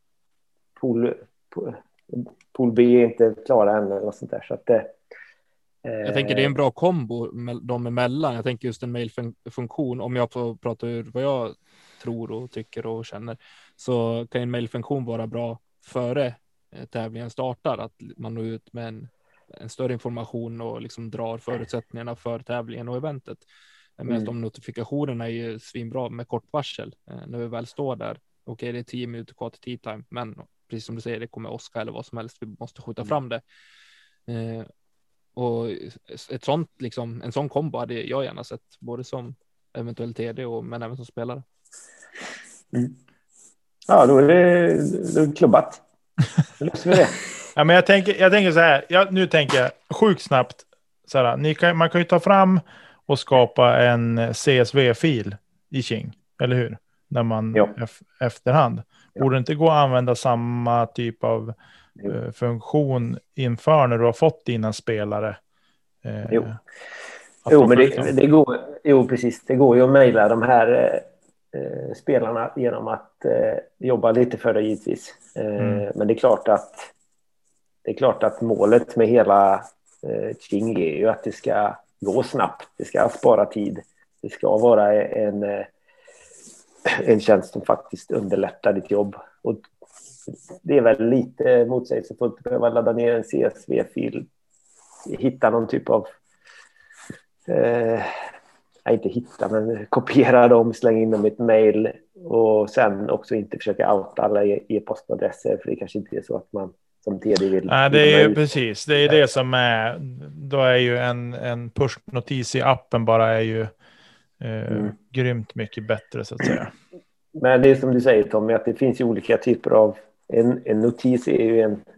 pool B är inte klara än eller något sånt där. Så att jag tänker det är en bra kombo dem emellan. Jag tänker just en mailfunktion, om jag får prata ur vad jag tror och tycker och känner, så kan en mailfunktion vara bra före tävlingen startar, att man når ut med en större information och liksom drar förutsättningarna för tävlingen och eventet. Men de notifikationerna är ju svinbra med kort varsel när vi väl står där. Okej, det är 10 minuter kvar till tea time, men precis som du säger, det kommer åska eller vad som helst, vi måste skjuta fram det. Och en sån kombo hade jag gärna sett, både som eventuell TD men även som spelare. Ja, då är det klubbat. Då löser vi det. Ja, men jag tänker så här, nu tänker jag sjukt snabbt så här, man kan ju ta fram och skapa en CSV-fil i Qing, eller hur? När man efterhand. Borde inte gå att använda samma typ av funktion inför när du har fått dina spelare? Men det går. Jo, precis. Det går ju att mejla de här spelarna genom att jobba lite för det givetvis. Men det är klart att målet med hela Qing är ju att det ska gå snabbt. Det ska spara tid. Det ska vara en tjänst som faktiskt underlättar ditt jobb. Och det är väl lite motsägelsefullt att behöva ladda ner en CSV-fil. Hitta någon typ av men kopiera dem, slänga in dem i ett mejl och sen också inte försöka outa alla e-postadresser, för det kanske inte är så att man som TD vill. Nej, det är ju precis. Det är det som är, då är ju en push-notis i appen bara är ju grymt mycket bättre så att säga. Men det är som du säger Tommy, att det finns ju olika typer av, en notis är ju en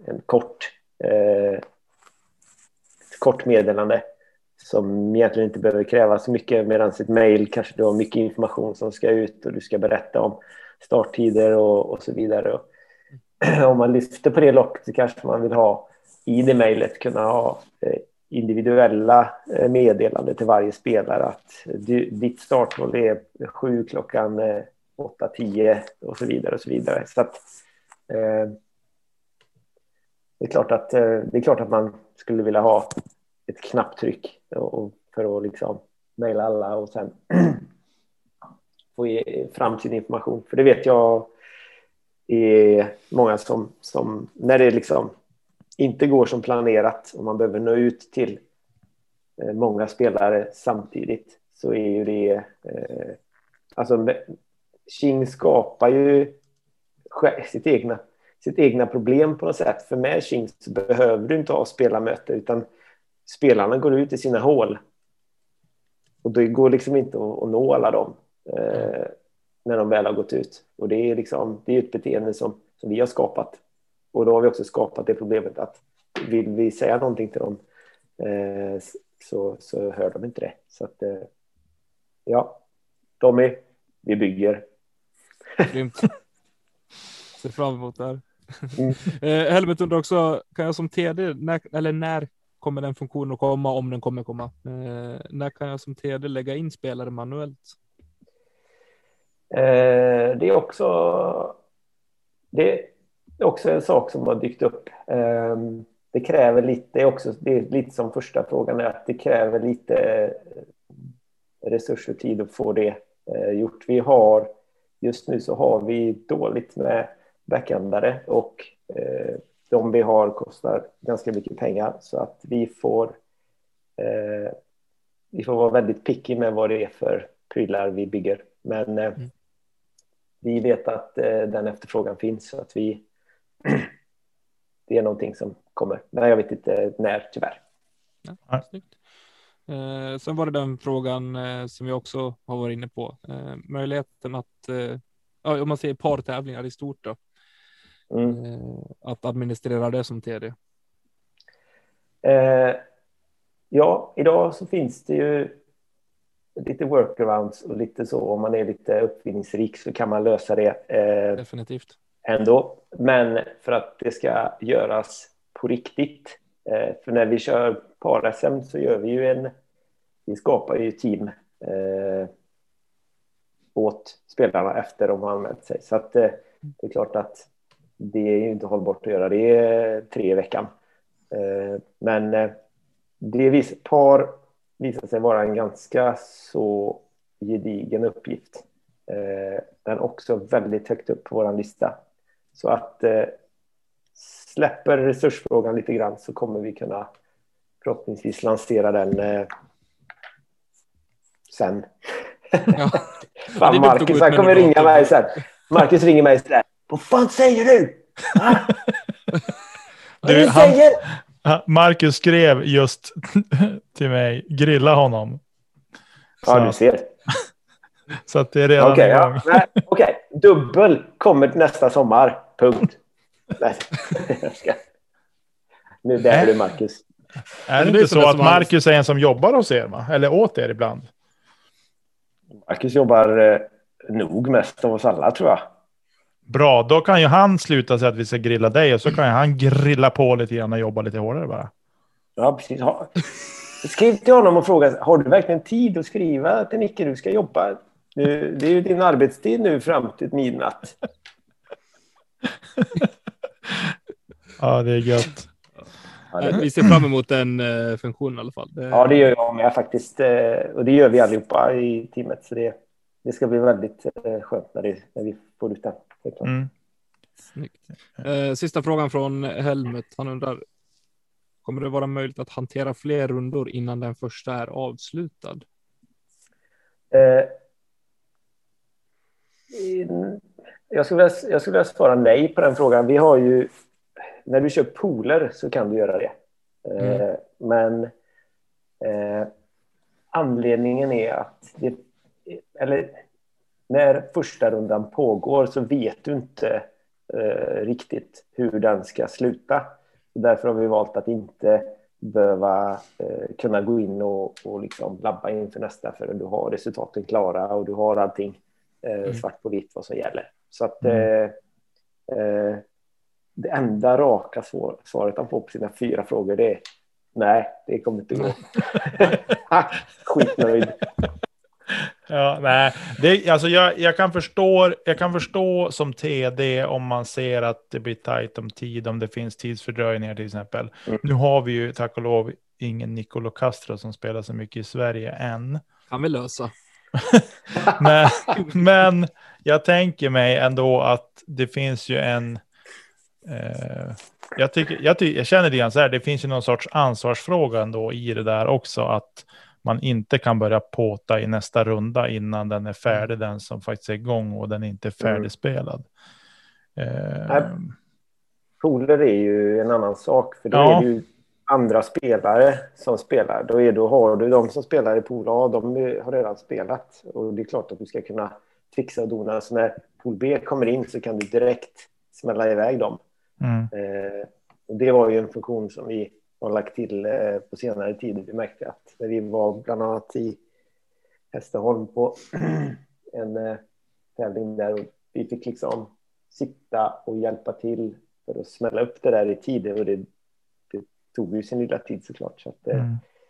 kort meddelande som egentligen inte behöver kräva så mycket, medan ett mejl kanske du har mycket information som ska ut och du ska berätta om starttider och så vidare. Och om man lyfter på det locket så kanske man vill ha i det mejlet kunna ha individuella meddelande till varje spelare att ditt startmål är 7 klockan 8:10 och så vidare och så vidare. Så att det är klart att man skulle vilja ha ett knapptryck för att liksom mejla alla och sen få fram sin information. För det vet jag är många som när det liksom inte går som planerat och man behöver nå ut till många spelare samtidigt, så är ju det alltså Qing skapar ju sitt egna sitt egna problem på något sätt. För med Kings så behöver du inte ha spelarmöte, utan spelarna går ut i sina hål. Och det går liksom inte att nå alla dem när de väl har gått ut. Och det är liksom, det är ett beteende som vi har skapat. Och då har vi också skapat det problemet att vill vi säga någonting till dem så hör de inte det. Så att ja, vi bygger. Grymt. Ser fram emot det här. Helmut undrar också, kan jag som TD, när kommer den funktionen att komma, om den kommer komma? När kan jag som TD lägga in spelare manuellt? Det är också en sak som har dykt upp. Det kräver lite, det är lite som första frågan, är att det kräver lite resurser och tid att få det gjort. Just nu så har vi dåligt med backendare, och de vi har kostar ganska mycket pengar, så att vi får vara väldigt picky med vad det är för prylar vi bygger. Men vi vet att den efterfrågan finns, så att det är någonting som kommer. Men jag vet inte när, tyvärr. Ja, snyggt. Sen var det den frågan som vi också har varit inne på. Möjligheten att, om man säger partävlingar i stort då, att administrera det som TD. Ja, idag så finns det ju lite workarounds och lite så. Om man är lite uppfinningsrik så kan man lösa det. Definitivt. Ändå. Men för att det ska göras på riktigt. För när vi kör par-SM så gör vi vi skapar ju team åt spelarna efter de har anmält sig. Så att det är klart att det är ju inte hållbart att göra det 3 i veckan. Men par visar sig vara en ganska så gedigen uppgift. Den är också väldigt högt upp på vår lista. Så att släpper resursfrågan lite grann så kommer vi kunna förhoppningsvis lansera den sen. Ja. Fan, Marcus, han kommer ringa mig sen. Marcus ringer mig sådär. Vad fan säger du? Marcus skrev just till mig, grilla honom. Ja, du ser. Så att det är redan igång. Okej. Dubbel kommer nästa sommar. Punkt. Nu där är du, Marcus. Är det inte så att Marcus är en som jobbar hos er, va? Eller åt er ibland? Marcus jobbar nog mest av oss alla, tror jag. Bra, då kan ju han sluta sig att vi ska grilla dig, och så kan ju han grilla på lite grann och jobba lite hårdare bara. Ja, precis. Skriv till honom och fråga, har du verkligen tid att skriva till Nicke? Du ska jobba. Det är ju din arbetstid nu fram till midnatt. Ja, det är gött. Vi ser fram emot den funktionen i alla fall. Ja, det gör jag med faktiskt. Och det gör vi allihopa i teamet. Så det ska bli väldigt skönt när vi får ut den. Snyggt. Sista frågan från Helmut. Han undrar, kommer det vara möjligt att hantera fler rundor innan den första är avslutad? Jag skulle vilja svara nej på den frågan. Vi har ju, när du kör pooler så kan du göra det. Men anledningen är att när första rundan pågår så vet du inte riktigt hur den ska sluta. Därför har vi valt att inte behöva kunna gå in och liksom labba inför nästa, förrän du har resultaten klara och du har allting svart på vitt vad som gäller. Så att det enda raka svaret han får på sina 4 frågor, det är nej, det kommer inte gå. Skitnöjd. Ja, nej. Alltså jag kan förstå som TD om man ser att det blir tajt om tid, om det finns tidsfördröjningar till exempel. Nu har vi ju tack och lov ingen Nicolo Castro som spelar så mycket i Sverige än. Kan vi lösa. men jag tänker mig ändå att det finns ju en jag känner det grann så här, det finns ju någon sorts ansvarsfråga ändå i det där också, att man inte kan börja påta i nästa runda innan den är färdig, den som faktiskt är igång och den inte är färdigspelad. Pooler är ju en annan sak, för då är det ju andra spelare som spelar. Då har du de som spelar i pool A, de har redan spelat. Och det är klart att du ska kunna fixa och dona. Så när pool B kommer in så kan du direkt smälla iväg dem. Och det var ju en funktion som vi har lagt till på senare tid. Vi märkte att när vi var bland annat i Hässleholm på en tävling där, och vi fick liksom sitta och hjälpa till för att smälla upp det där i tid, och det tog ju sin lilla tid såklart. Så, att,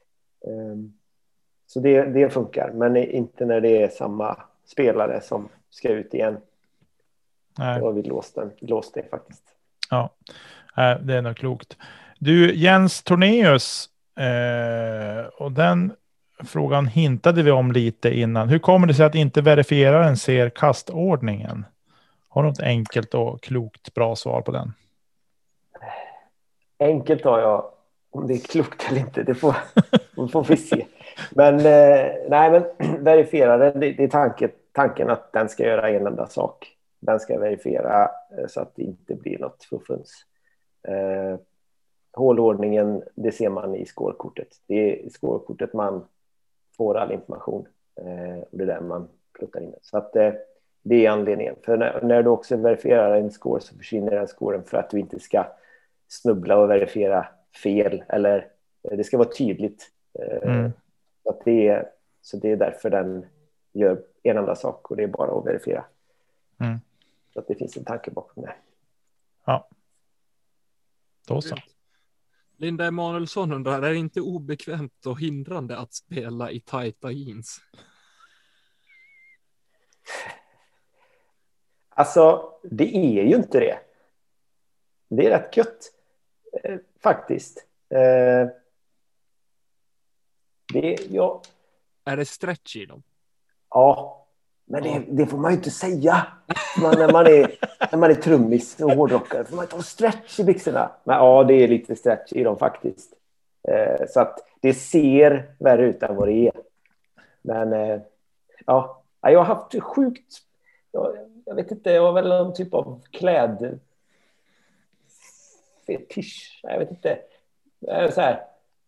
så det funkar, men inte när det är samma spelare som ska ut igen. Nej. Då har vi låst det faktiskt. Ja, det är nog klokt. Du, Jens Tornéus, och den frågan hintade vi om lite innan. Hur kommer det sig att inte verifieraren ser kastordningen? Har du något enkelt och klokt bra svar på den? Enkelt har jag. Om det är klokt eller inte, det får vi se. Men nej, men verifieraren, det är tanken att den ska göra en enda sak. Den ska verifiera så att det inte blir något fuffens. Hålordningen, det ser man i scorekortet. Det är i scorekortet man får all information. Och det är där man pluttar in det. Så att det är anledningen. För när du också verifierar en score så försvinner den scoren för att du inte ska snubbla och verifiera fel. Eller det ska vara tydligt. Så det är därför den gör en enda sak, och det är bara att verifiera. Så att det finns en tanke bakom det. Ja. Då så. Linda Emanuelsson undrar, är det inte obekvämt och hindrande att spela i tajta jeans? Alltså, det är ju inte det. Det är rätt gött. Faktiskt. Är det stretch i dem? Ja. Men det får man ju inte säga. När man är trummis och hårdrockare får man inte ha stretch i byxorna. Men ja, det är lite stretch i dem faktiskt. Så att det ser värre ut än vad det är. Men ja, jag har haft sjukt... Jag vet inte, jag har väl någon typ av fetisch. Jag vet inte. Så här,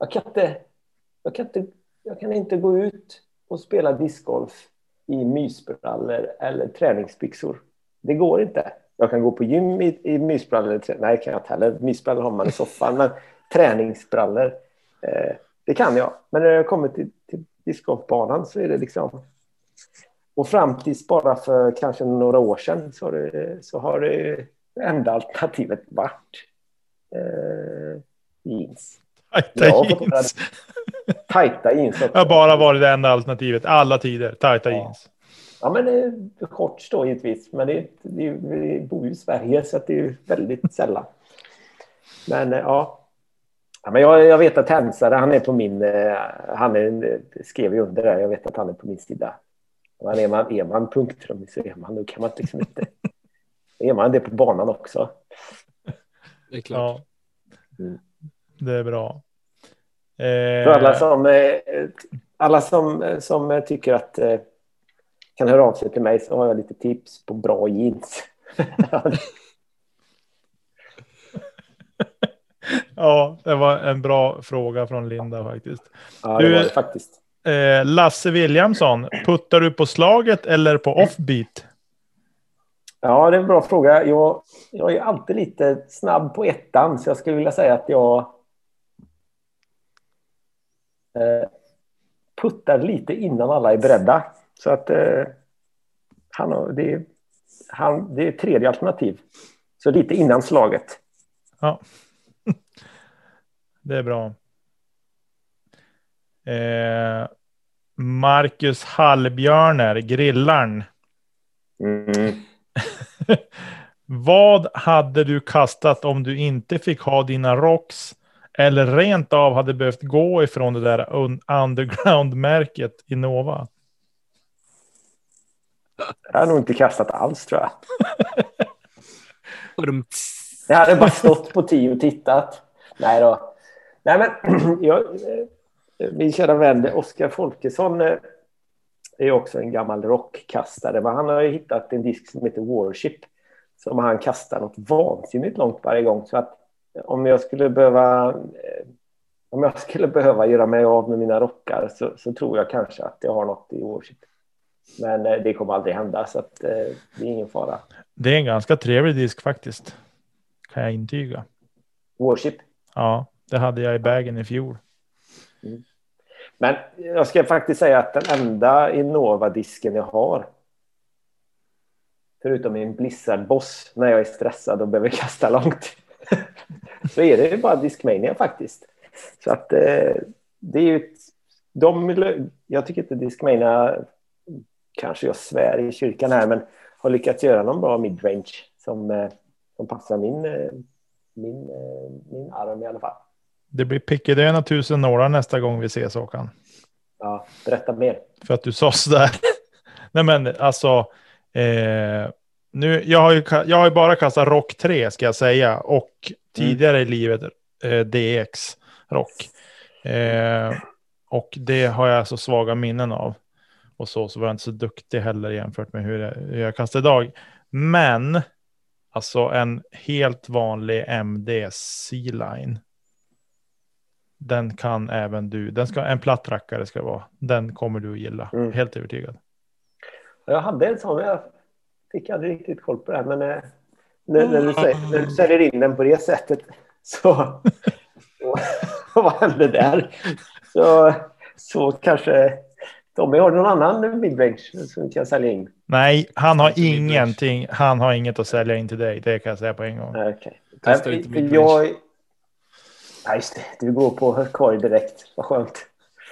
jag kan inte gå ut och spela discgolf i mysbrallor eller träningsbyxor. Det går inte. Jag kan gå på gym i mysbrallor. Nej, kan jag inte heller. Mysbrallor har man i soffan. Men träningsbrallor, det kan jag. Men när jag kommer till discgolfbanan så är det liksom... Och fram tills bara för kanske några år sedan så har det enda alternativet varit jeans. Tajta jeans. Det har bara varit det enda alternativet. Alla tider. Tajta jeans. Ja, men det är shorts då givetvis. Men vi bor ju i Sverige så att det är väldigt sällan. Men ja. Men jag vet att Hensare, han är på min... skrev ju under där. Jag vet att han är på min sida. Men är man punkttrummis så då kan man liksom inte... Är man det på banan också? Det är klart. Ja. Det är bra. För alla som tycker att kan höra av sig till mig, så har jag lite tips på bra jeans. Ja, det var en bra fråga från Linda faktiskt. Ja, det var det faktiskt. Lasse Williamson, puttar du på slaget eller på offbeat? Ja, det är en bra fråga. Jag är alltid lite snabb på ettan, så jag skulle vilja säga att jag puttar lite innan alla är beredda. Så att det är tredje alternativ. Så lite innan slaget. Ja, det är bra. Marcus Hallbjörner, grillaren. Vad hade du kastat om du inte fick ha dina rocks, eller rent av hade behövt gå ifrån det där underground-märket i Nova? Jag har nog inte kastat alls, tror jag. Jag hade bara stått på 10 och tittat. Nej då. Nej, men min kära vän Oskar Folkesson är också en gammal rockkastare. Men han har ju hittat en disk som heter Warship, som han kastar något vansinnigt långt varje gång. Så att om jag skulle behöva göra mig av med mina rockar så tror jag kanske att jag har något i Warship. Men det kommer aldrig hända, så att det är ingen fara. Det är en ganska trevlig disk faktiskt. Kan jag intyga. Warship? Ja, det hade jag i bagen i fjol. Mm. Men jag ska faktiskt säga att den enda Innova-disken jag har, förutom min Blizzard Boss när jag är stressad och behöver kasta långt, så är det bara Discmania faktiskt. Så att det är ju jag tycker inte Discmania, kanske jag svär i kyrkan här, men har lyckats göra någon bra midrange som passar min arm i alla fall. Det blir Pickedöna 1000 nålar nästa gång vi ses, Håkan. Ja, berätta mer. För att du sa sådär. Nej men alltså, nu, jag har ju bara kastat Rock 3 ska jag säga. Och tidigare i livet DX Rock. Och det har jag så svaga minnen av. Och så var jag inte så duktig heller jämfört med hur jag kastar idag. Men alltså en helt vanlig MD C-line. Den kan även du. En plattrackare ska vara. Den kommer du att gilla. Helt övertygad. Jag hade en sån. Jag fick aldrig riktigt koll på det här. Men när du säljer in den på det sättet så vad hände där? Så kanske Tommy har någon annan midrange som kan sälja in. Nej, han har ingenting. Han har inget att sälja in till dig. Det kan jag säga på en gång. Okej. Nej, just det. Du går på korg direkt. Vad skönt.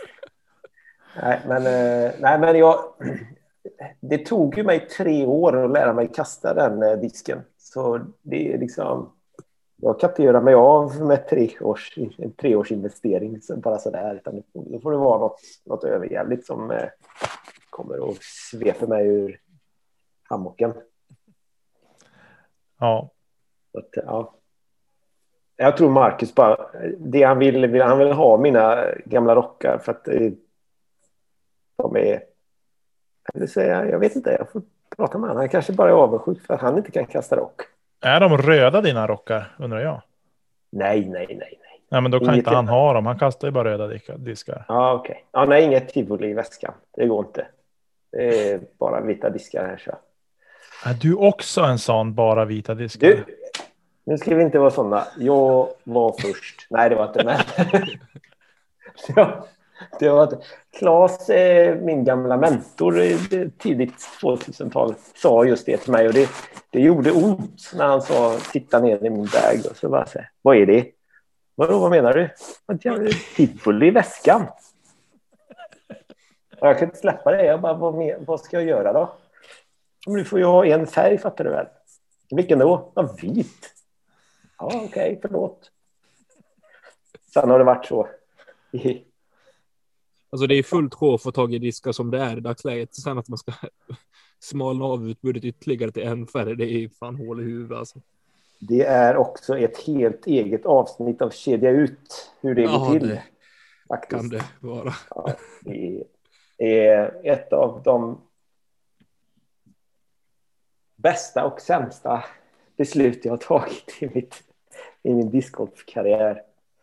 Det tog ju mig 3 år att lära mig kasta den disken. Så det är liksom, jag kan inte göra mig av med en 3-års investering bara sådär, utan då får det vara något överjävligt som kommer att svepa mig ur hammocken. Ja. Så att, ja. Jag tror Marcus bara, det han vill ha mina gamla rockar för att de är, jag vill säga, jag vet inte, jag får prata med honom. Han kanske bara är avundsjuk för att han inte kan kasta rock. Är de röda dina rockar, undrar jag? Nej. Nej, men då kan inte han ha dem. Han kastar ju bara röda diskar. Ja, okej. Ja, nej, inget tivoli i väskan. Det går inte. Det är bara vita diskar här, så. Är du också en sån bara vita diskar? Nu ska vi inte vara sådana. Jag var först. Nej, det var inte med. Det var inte. Claes, min gamla mentor, tidigt 2000-tal, sa just det till mig. Och det gjorde ont när han sa, titta ner i min bag. Och så bara så här, vad är det? Vad menar du? Tivoli i väskan. Och jag kan inte släppa det. Jag bara, vad ska jag göra då? Nu får jag ha en färg, fattar du väl? Vilken då? Ja, vit. Ja, okej, förlåt. Sen har det varit så. Alltså det är fullt sjå att få tag i diskar som det är i dagsläget. Sen att man ska smalna av utbudet ytterligare till en färg, det är fan hål i huvudet alltså. Det är också ett helt eget avsnitt av kedja ut hur det går till. Det faktiskt kan det vara. Ja, det är ett av de bästa och sämsta beslut jag har tagit i min discgolfkarriär.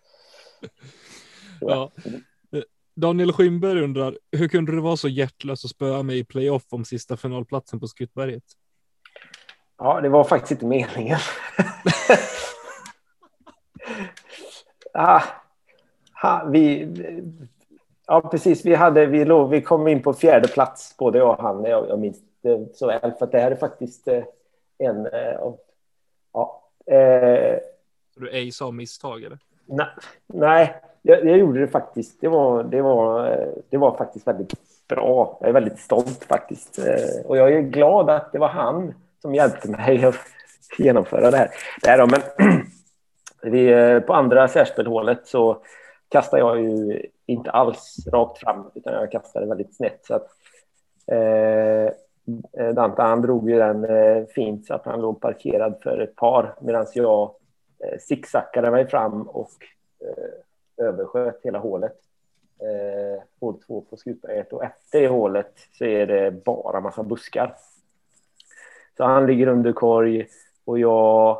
Ja. Daniel Skymberg undrar, hur kunde du vara så hjärtlös och spöa mig i playoff om sista finalplatsen på Skuttberget? Ja, det var faktiskt inte meningen. Precis. Vi kom in på 4:e plats, både jag och han. Jag minns det så väl, för att det här är faktiskt en av... Så du ej sa misstag, eller? Nej, jag gjorde det faktiskt. Det var faktiskt väldigt bra. Jag är väldigt stolt faktiskt. Och jag är glad att det var han som hjälpte mig att genomföra det här. Men på andra särspelhålet så kastade jag ju inte alls rakt fram, utan jag kastade väldigt snett. Så att Dante, han drog ju den fint så att han låg parkerad för ett par, medan jag zigzackade mig fram och översköt hela hålet. Hål 2 på Skutberget, och efter det hålet så är det bara massa buskar. Så han ligger under korg Och jag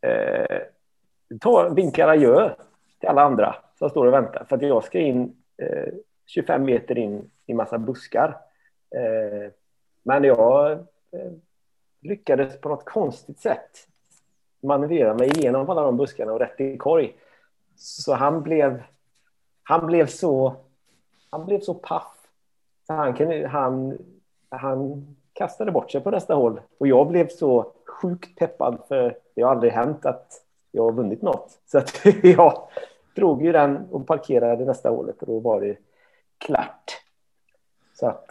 vinkar adjö till alla andra som står och väntar. För att jag ska in 25 meter in i massa buskar. Men jag lyckades på något konstigt sätt manövrera mig igenom alla de buskarna och rätt i korg. Så han blev så paff. Så han kastade bort sig på nästa håll. Och jag blev så sjukt peppad, för det har aldrig hänt att jag har vunnit något. Så att jag drog ju den och parkerade nästa hålet, och då var det klart. Så att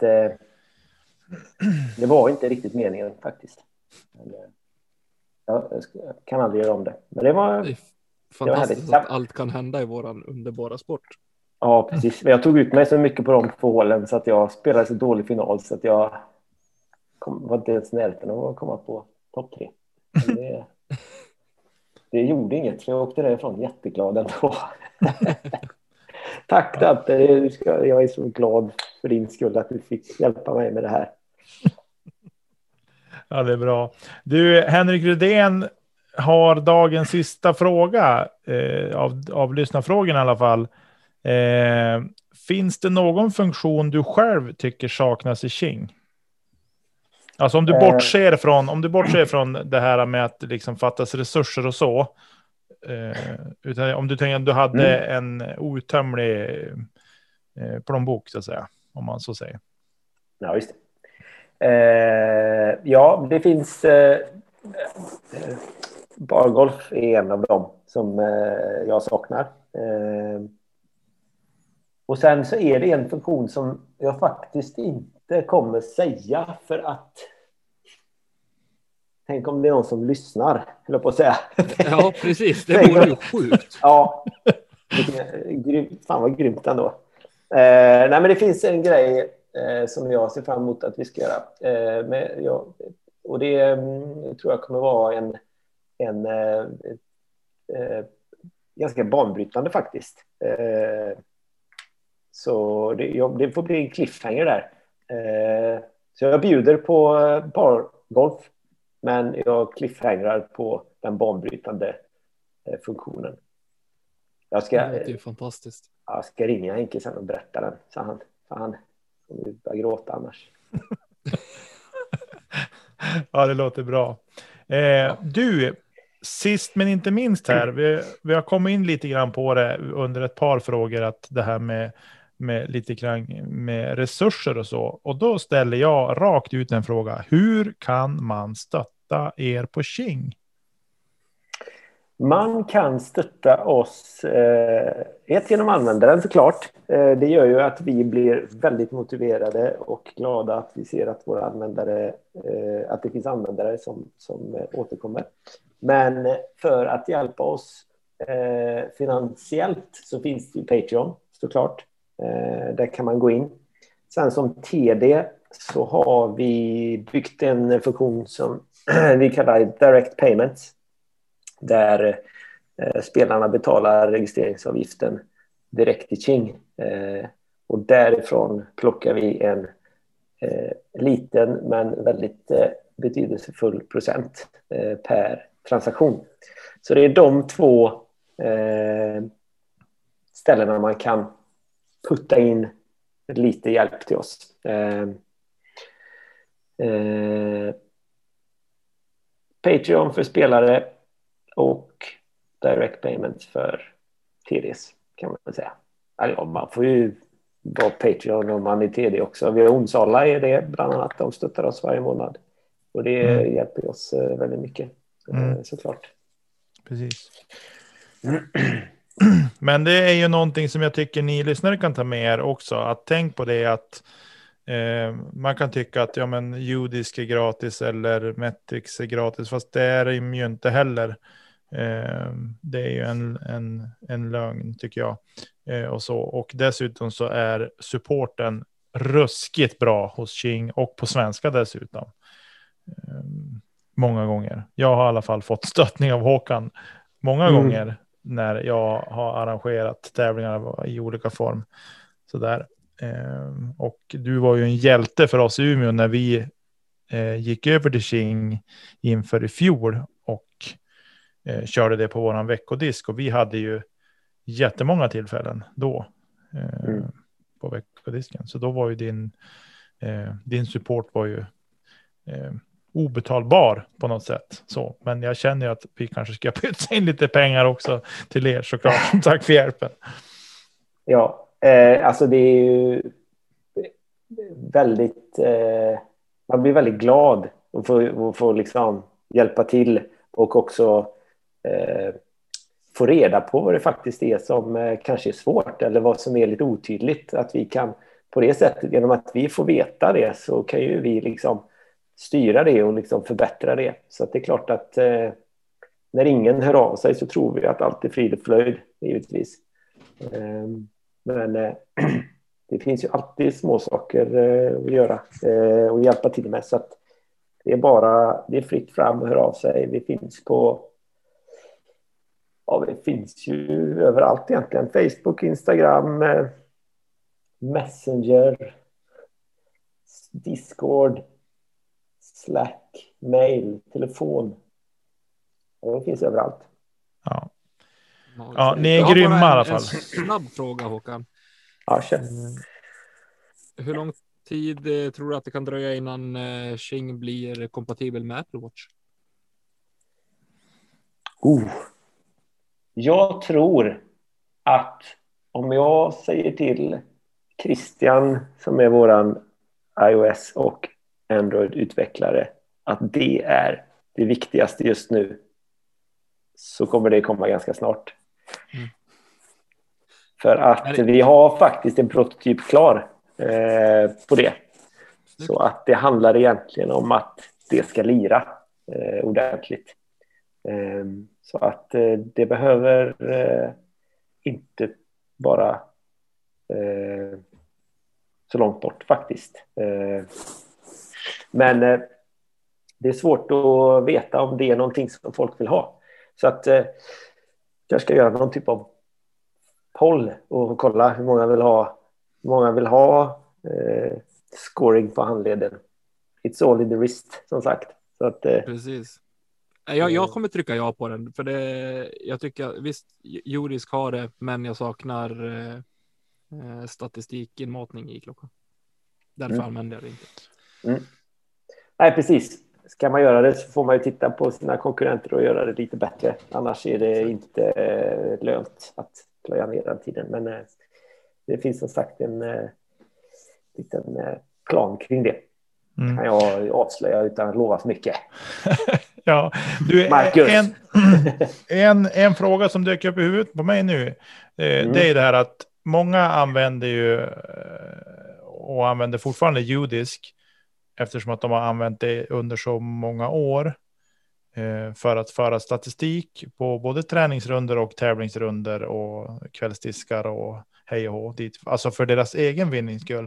det var inte riktigt meningen faktiskt. Men, jag kan aldrig göra om det. Men det var fantastiskt att allt kan hända i våran underbara sport. Ja, precis. Men jag tog ut mig så mycket på de två hålen så att jag spelade så dålig final så att jag var inte ens närheten av att komma på topp 3. Det gjorde inget, för jag åkte därifrån jätteglad ändå. Tack Dante, jag är så glad för din skull att du fick hjälpa mig med det här. Ja, det är bra. Du, Henrik Rydén har dagens sista fråga av lyssnarfrågorna i alla fall. Finns det någon funktion du själv tycker saknas i King? Alltså om du bortser från det här med att liksom fattas resurser och så, utan om du tänker att du hade en outtömlig plånbok så att säga, om man så säger. Ja, just det. Ja, det finns bargolf är en av dem som jag saknar. Och sen så är det en funktion som jag faktiskt inte kommer säga, för att tänk om det är någon som lyssnar, eller på att säga. Ja, precis. Det vore ju sjukt. Ja, fan vad grymt ändå. Nej, men det finns en grej som jag ser fram emot att vi ska göra. Och det tror jag kommer vara en ganska banbrytande faktiskt. Så det får bli en cliffhanger där. Så jag bjuder på bargolf, men jag cliffhangerar på den banbrytande funktionen. Det är fantastiskt. Jag ska ringa Henke sen och berätta den. Så han kommer börja gråta annars. Ja, det låter bra. Du, sist men inte minst här. Vi har kommit in lite grann på det under ett par frågor, att det här med lite grann med resurser och så. Och då ställer jag rakt ut en fråga. Hur kan man stötta er på King? Man kan stötta oss genom användaren såklart. Det gör ju att vi blir väldigt motiverade och glada att vi ser att våra användare, att det finns användare som återkommer. Men för att hjälpa oss finansiellt så finns det ju Patreon såklart. Där kan man gå in. Sen som TD så har vi byggt en funktion som vi kallar Direct Payments, där spelarna betalar registreringsavgiften direkt till King. Och därifrån plockar vi en liten men väldigt betydelsefull procent per transaktion. Så det är de två ställena man kan putta in lite hjälp till oss. Patreon för spelare och Direct Payments för TDs, kan man väl säga. Alltså, man får ju vara Patreon om man är TD också. Vi har Onsala är det bland annat. De stöttar oss varje månad. Och det hjälper oss väldigt mycket, såklart. Precis. Men det är ju någonting som jag tycker ni lyssnare kan ta med er också. Att tänk på det att man kan tycka att Judisk är gratis eller Metrix är gratis, fast det är ju inte heller. Det är ju en lögn tycker jag. Och dessutom så är supporten ruskigt bra hos King och på svenska dessutom. Många gånger. Jag har i alla fall fått stöttning av Håkan många gånger när jag har arrangerat tävlingar i olika form. Sådär. Och du var ju en hjälte för oss i Umeå när vi gick över till King inför i fjol. och körde det på våran veckodisk. Och vi hade ju jättemånga tillfällen då på veckodisken. Så då var ju din support var ju obetalbar på något sätt. Så, men jag känner ju att vi kanske ska pytsa in lite pengar också till er såklart. Tack för hjälpen. Ja, alltså det är ju väldigt... man blir väldigt glad att få liksom hjälpa till och också få reda på vad det faktiskt är som kanske är svårt eller vad som är lite otydligt. Att vi kan på det sättet, genom att vi får veta det, så kan ju vi liksom styra det och liksom förbättra det. Så att det är klart att när ingen hör av sig så tror vi att allt är frid och fröjd, givetvis. Men det finns ju alltid små saker att göra och hjälpa till med. Så att det är fritt fram och hör av sig. Vi finns på... Ja, vi finns ju överallt egentligen. Facebook, Instagram, Messenger, Discord, Slack, mail, telefon. Det finns överallt. Ja. Ja, ni är grymma i alla fall. En snabb fråga, Håkan. Ja, kör. Hur lång tid tror du att det kan dröja innan Qing blir kompatibel med Apple Watch? Jag tror att om jag säger till Christian, som är våran iOS och Android-utvecklare, att det är det viktigaste just nu, så kommer det komma ganska snart. För att vi har faktiskt en prototyp klar på det. Så att det handlar egentligen om att det ska lira ordentligt. Så att det behöver inte bara så långt bort faktiskt. Men det är svårt att veta om det är någonting som folk vill ha. Så att jag ska göra någon typ av poll och kolla hur många vill ha scoring på handleden. It's all in the wrist, som sagt. Så att, precis. Jag kommer trycka ja på den, för jag tycker visst, Jurisk har det, men jag saknar statistikinmatning i klockan. Därför använder jag det inte. Nej, precis. Ska man göra det så får man ju titta på sina konkurrenter och göra det lite bättre. Annars är det inte lönt att plöja ner den tiden. Men det finns som sagt en liten plan kring det. Kan jag avslöja utan att lova för mycket. Ja, du, en fråga som dök upp i huvudet på mig nu, det är det här att många använder ju och använder fortfarande judisk, eftersom att de har använt det under så många år för att föra statistik på både träningsrunder och tävlingsrunder och kvällsdiskar och hej och hå dit, alltså för deras egen vinningsskull.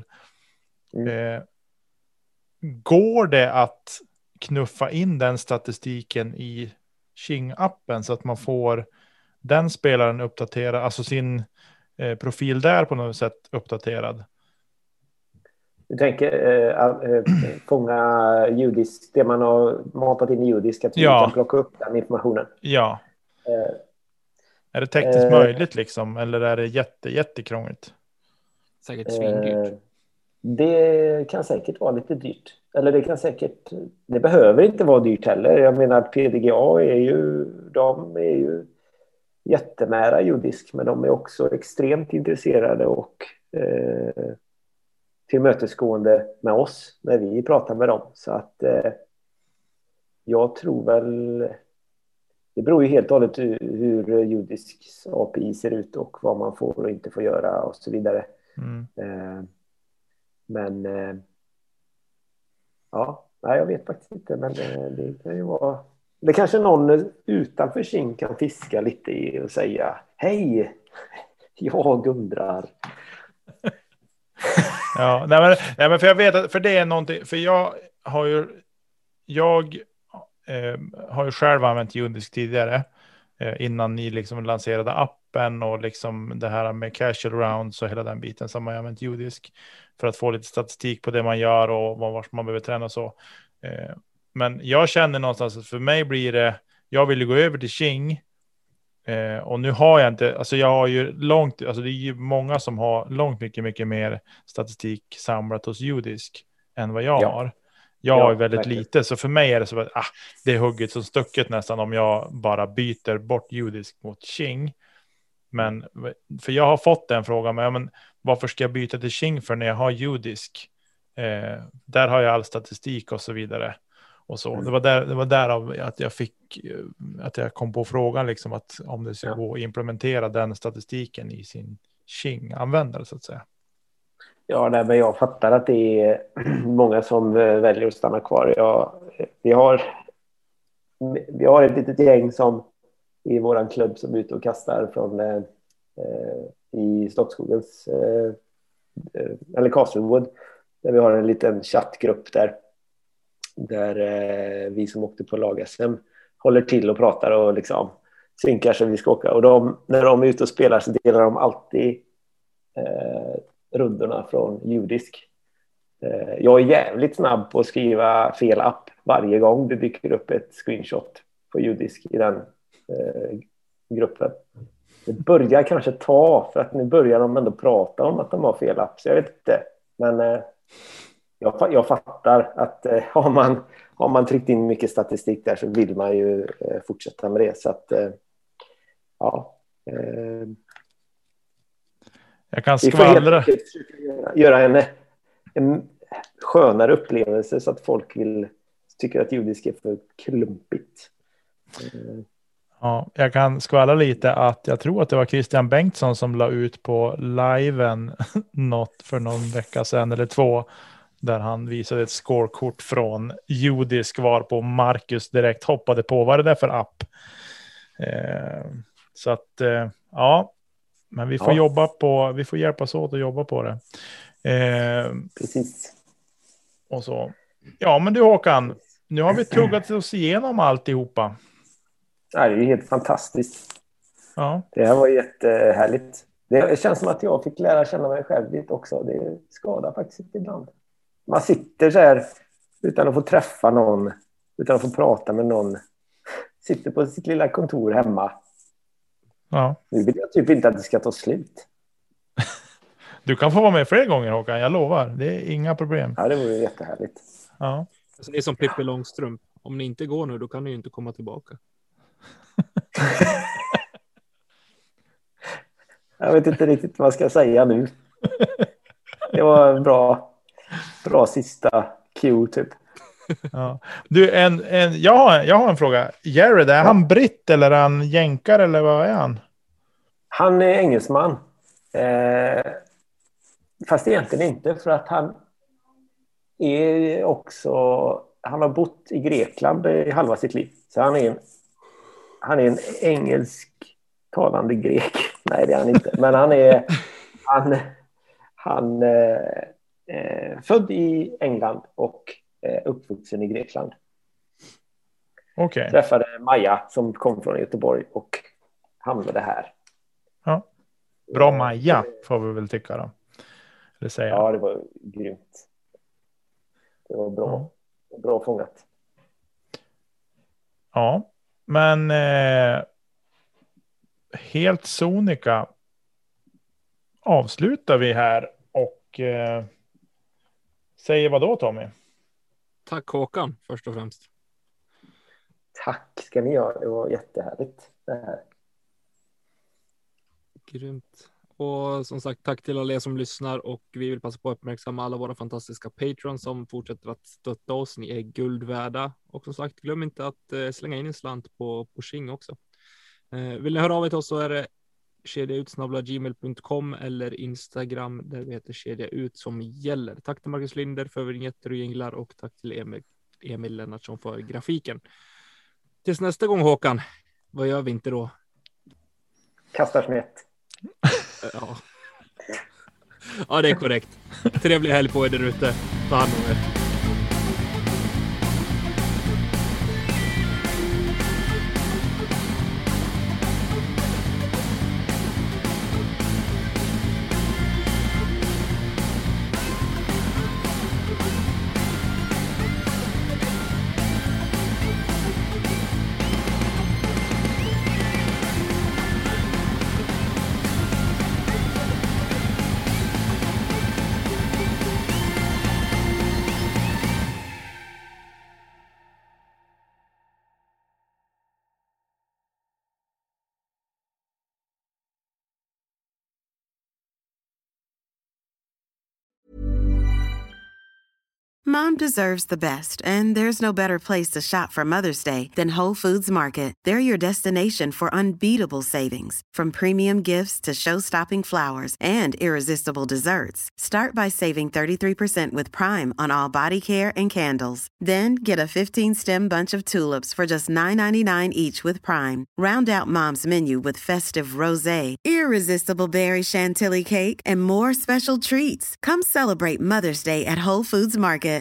Går det att knuffa in den statistiken i Qing-appen så att man får den spelaren uppdaterad, alltså sin profil där på något sätt uppdaterad? Du tänker fånga judisk, det man har matat in i judisk, att vi kan plocka upp den informationen? Ja. Är det tekniskt möjligt liksom, eller är det jättekrångligt? Säkert svindyrt. Det kan säkert vara lite dyrt. Eller det behöver inte vara dyrt heller. Jag menar att PDGA de är ju jättenära judisk, men de är också extremt intresserade och tillmötesgående med oss när vi pratar med dem. Så att jag tror väl, det beror ju helt och hållet hur judisks API ser ut och vad man får och inte får göra och så vidare. Men jag vet faktiskt inte, men det kan ju vara, det kanske någon utanför Qing kan fiska lite i och säga hej, jag undrar. Ja, nej men för jag vet att, för det är någonting, för jag har ju själv använt judisk tidigare innan ni liksom lanserade appen och liksom det här med casual rounds och hela den biten, som man har använt judisk för att få lite statistik på det man gör och var man behöver träna och så. Men jag känner någonstans att för mig blir det jag ville gå över till Qing. Och nu har jag inte, alltså jag har ju alltså det är ju många som har långt mycket mer statistik samlat hos judisk än vad jag har. Jag har väldigt verkligen lite, så för mig är det så att det är hugget som stucket nästan om jag bara byter bort judisk mot Qing. Men för jag har fått den frågan, men varför ska jag byta till Qing för när jag har judisk? Där har jag all statistik och så vidare. Och så. Det var därav att jag kom på frågan liksom, att om det ska gå att implementera den statistiken i sin Qing-användare så att säga. Ja, men jag fattar att det är många som väljer att stanna kvar. Vi har ett litet gäng som i våran klubb som är ute och kastar från i Stockskogens eller Castlewood, där vi har en liten chattgrupp där vi som åkte på lag-SM håller till och pratar och liksom synkar så vi ska åka. Och när de är ute och spelar så delar de alltid rundorna från judisk. Jag är jävligt snabb på att skriva fel app varje gång det dyker upp ett screenshot på judisk i den gruppen. Det börjar kanske ta, för att nu börjar de ändå prata om att de har fel app, så jag vet inte. Men jag fattar att har man tryckt in mycket statistik där så vill man ju fortsätta med det. Så att jag kan skvallra. Göra en skönare upplevelse så att folk tycker att judisk är för klumpigt. Ja, jag kan skvallra lite att jag tror att det var Christian Bengtsson som la ut på liven för någon vecka sedan eller 2, där han visade ett scorekort från judisk var på Marcus direkt hoppade på. Vad är det där för app? Så att men vi får vi får hjälpas åt att jobba på det. Precis. Och så. Ja, men du Håkan, nu har vi tuggat oss igenom alltihopa. Det är ju helt fantastiskt. Ja. Det här var jättehärligt. Det känns som att jag fick lära känna mig själv lite också. Det skadar faktiskt inte ibland. Man sitter så här utan att få träffa någon, utan att få prata med någon. Sitter på sitt lilla kontor hemma. Ja. Nu vill jag typ inte att det ska ta slut. Du kan få vara med fler gånger, Håkan, jag lovar. Det är inga problem. Ja, det vore jättehärligt. Ja. Alltså, det är som Pippi Långstrump. Om ni inte går nu, då kan ni ju inte komma tillbaka. Jag vet inte riktigt vad jag ska säga nu. Det var en bra sista cue typ. Ja. Du, jag har en fråga. Jared, är han britt eller är han jänkare eller vad är han? Han är engelsman. Fast egentligen inte, för att han har bott i Grekland i halva sitt liv. Så han är en engelsktalande grek. Nej, det är han inte. Men han är född i England och uppvuxen i Grekland. Okay. Träffade Maja som kom från Göteborg och hamnade här. Ja. Bra Maja får vi väl tycka då. Eller säga. Ja, det var grymt. Det var bra. Ja. Bra fångat. Ja, men helt sonika avslutar vi här och säger vad då, Tommy? Tack Håkan, först och främst. Tack ska ni göra, det var jättehärligt det här. Grymt. Och som sagt, tack till alla er som lyssnar, och vi vill passa på att uppmärksamma alla våra fantastiska patrons som fortsätter att stötta oss. Ni är guld värda. Och som sagt, glöm inte att slänga in en slant på Qing också. Vill ni höra av er till oss så är det kedjaut@gmail.com eller Instagram där vi heter kedjaut som gäller. Tack till Marcus Linder för vignetter och jinglar, och tack till Emil Lennartsson för grafiken. Tills nästa gång, Håkan, vad gör vi inte då? Kastar smet. Ja, det är korrekt. Trevlig helg på er där ute. Ta hand om er. Mom deserves the best, and there's no better place to shop for Mother's Day than Whole Foods Market. They're your destination for unbeatable savings, from premium gifts to show-stopping flowers and irresistible desserts. Start by saving 33% with Prime on all body care and candles. Then get a 15-stem bunch of tulips for just $9.99 each with Prime. Round out Mom's menu with festive rosé, irresistible berry chantilly cake, and more special treats. Come celebrate Mother's Day at Whole Foods Market.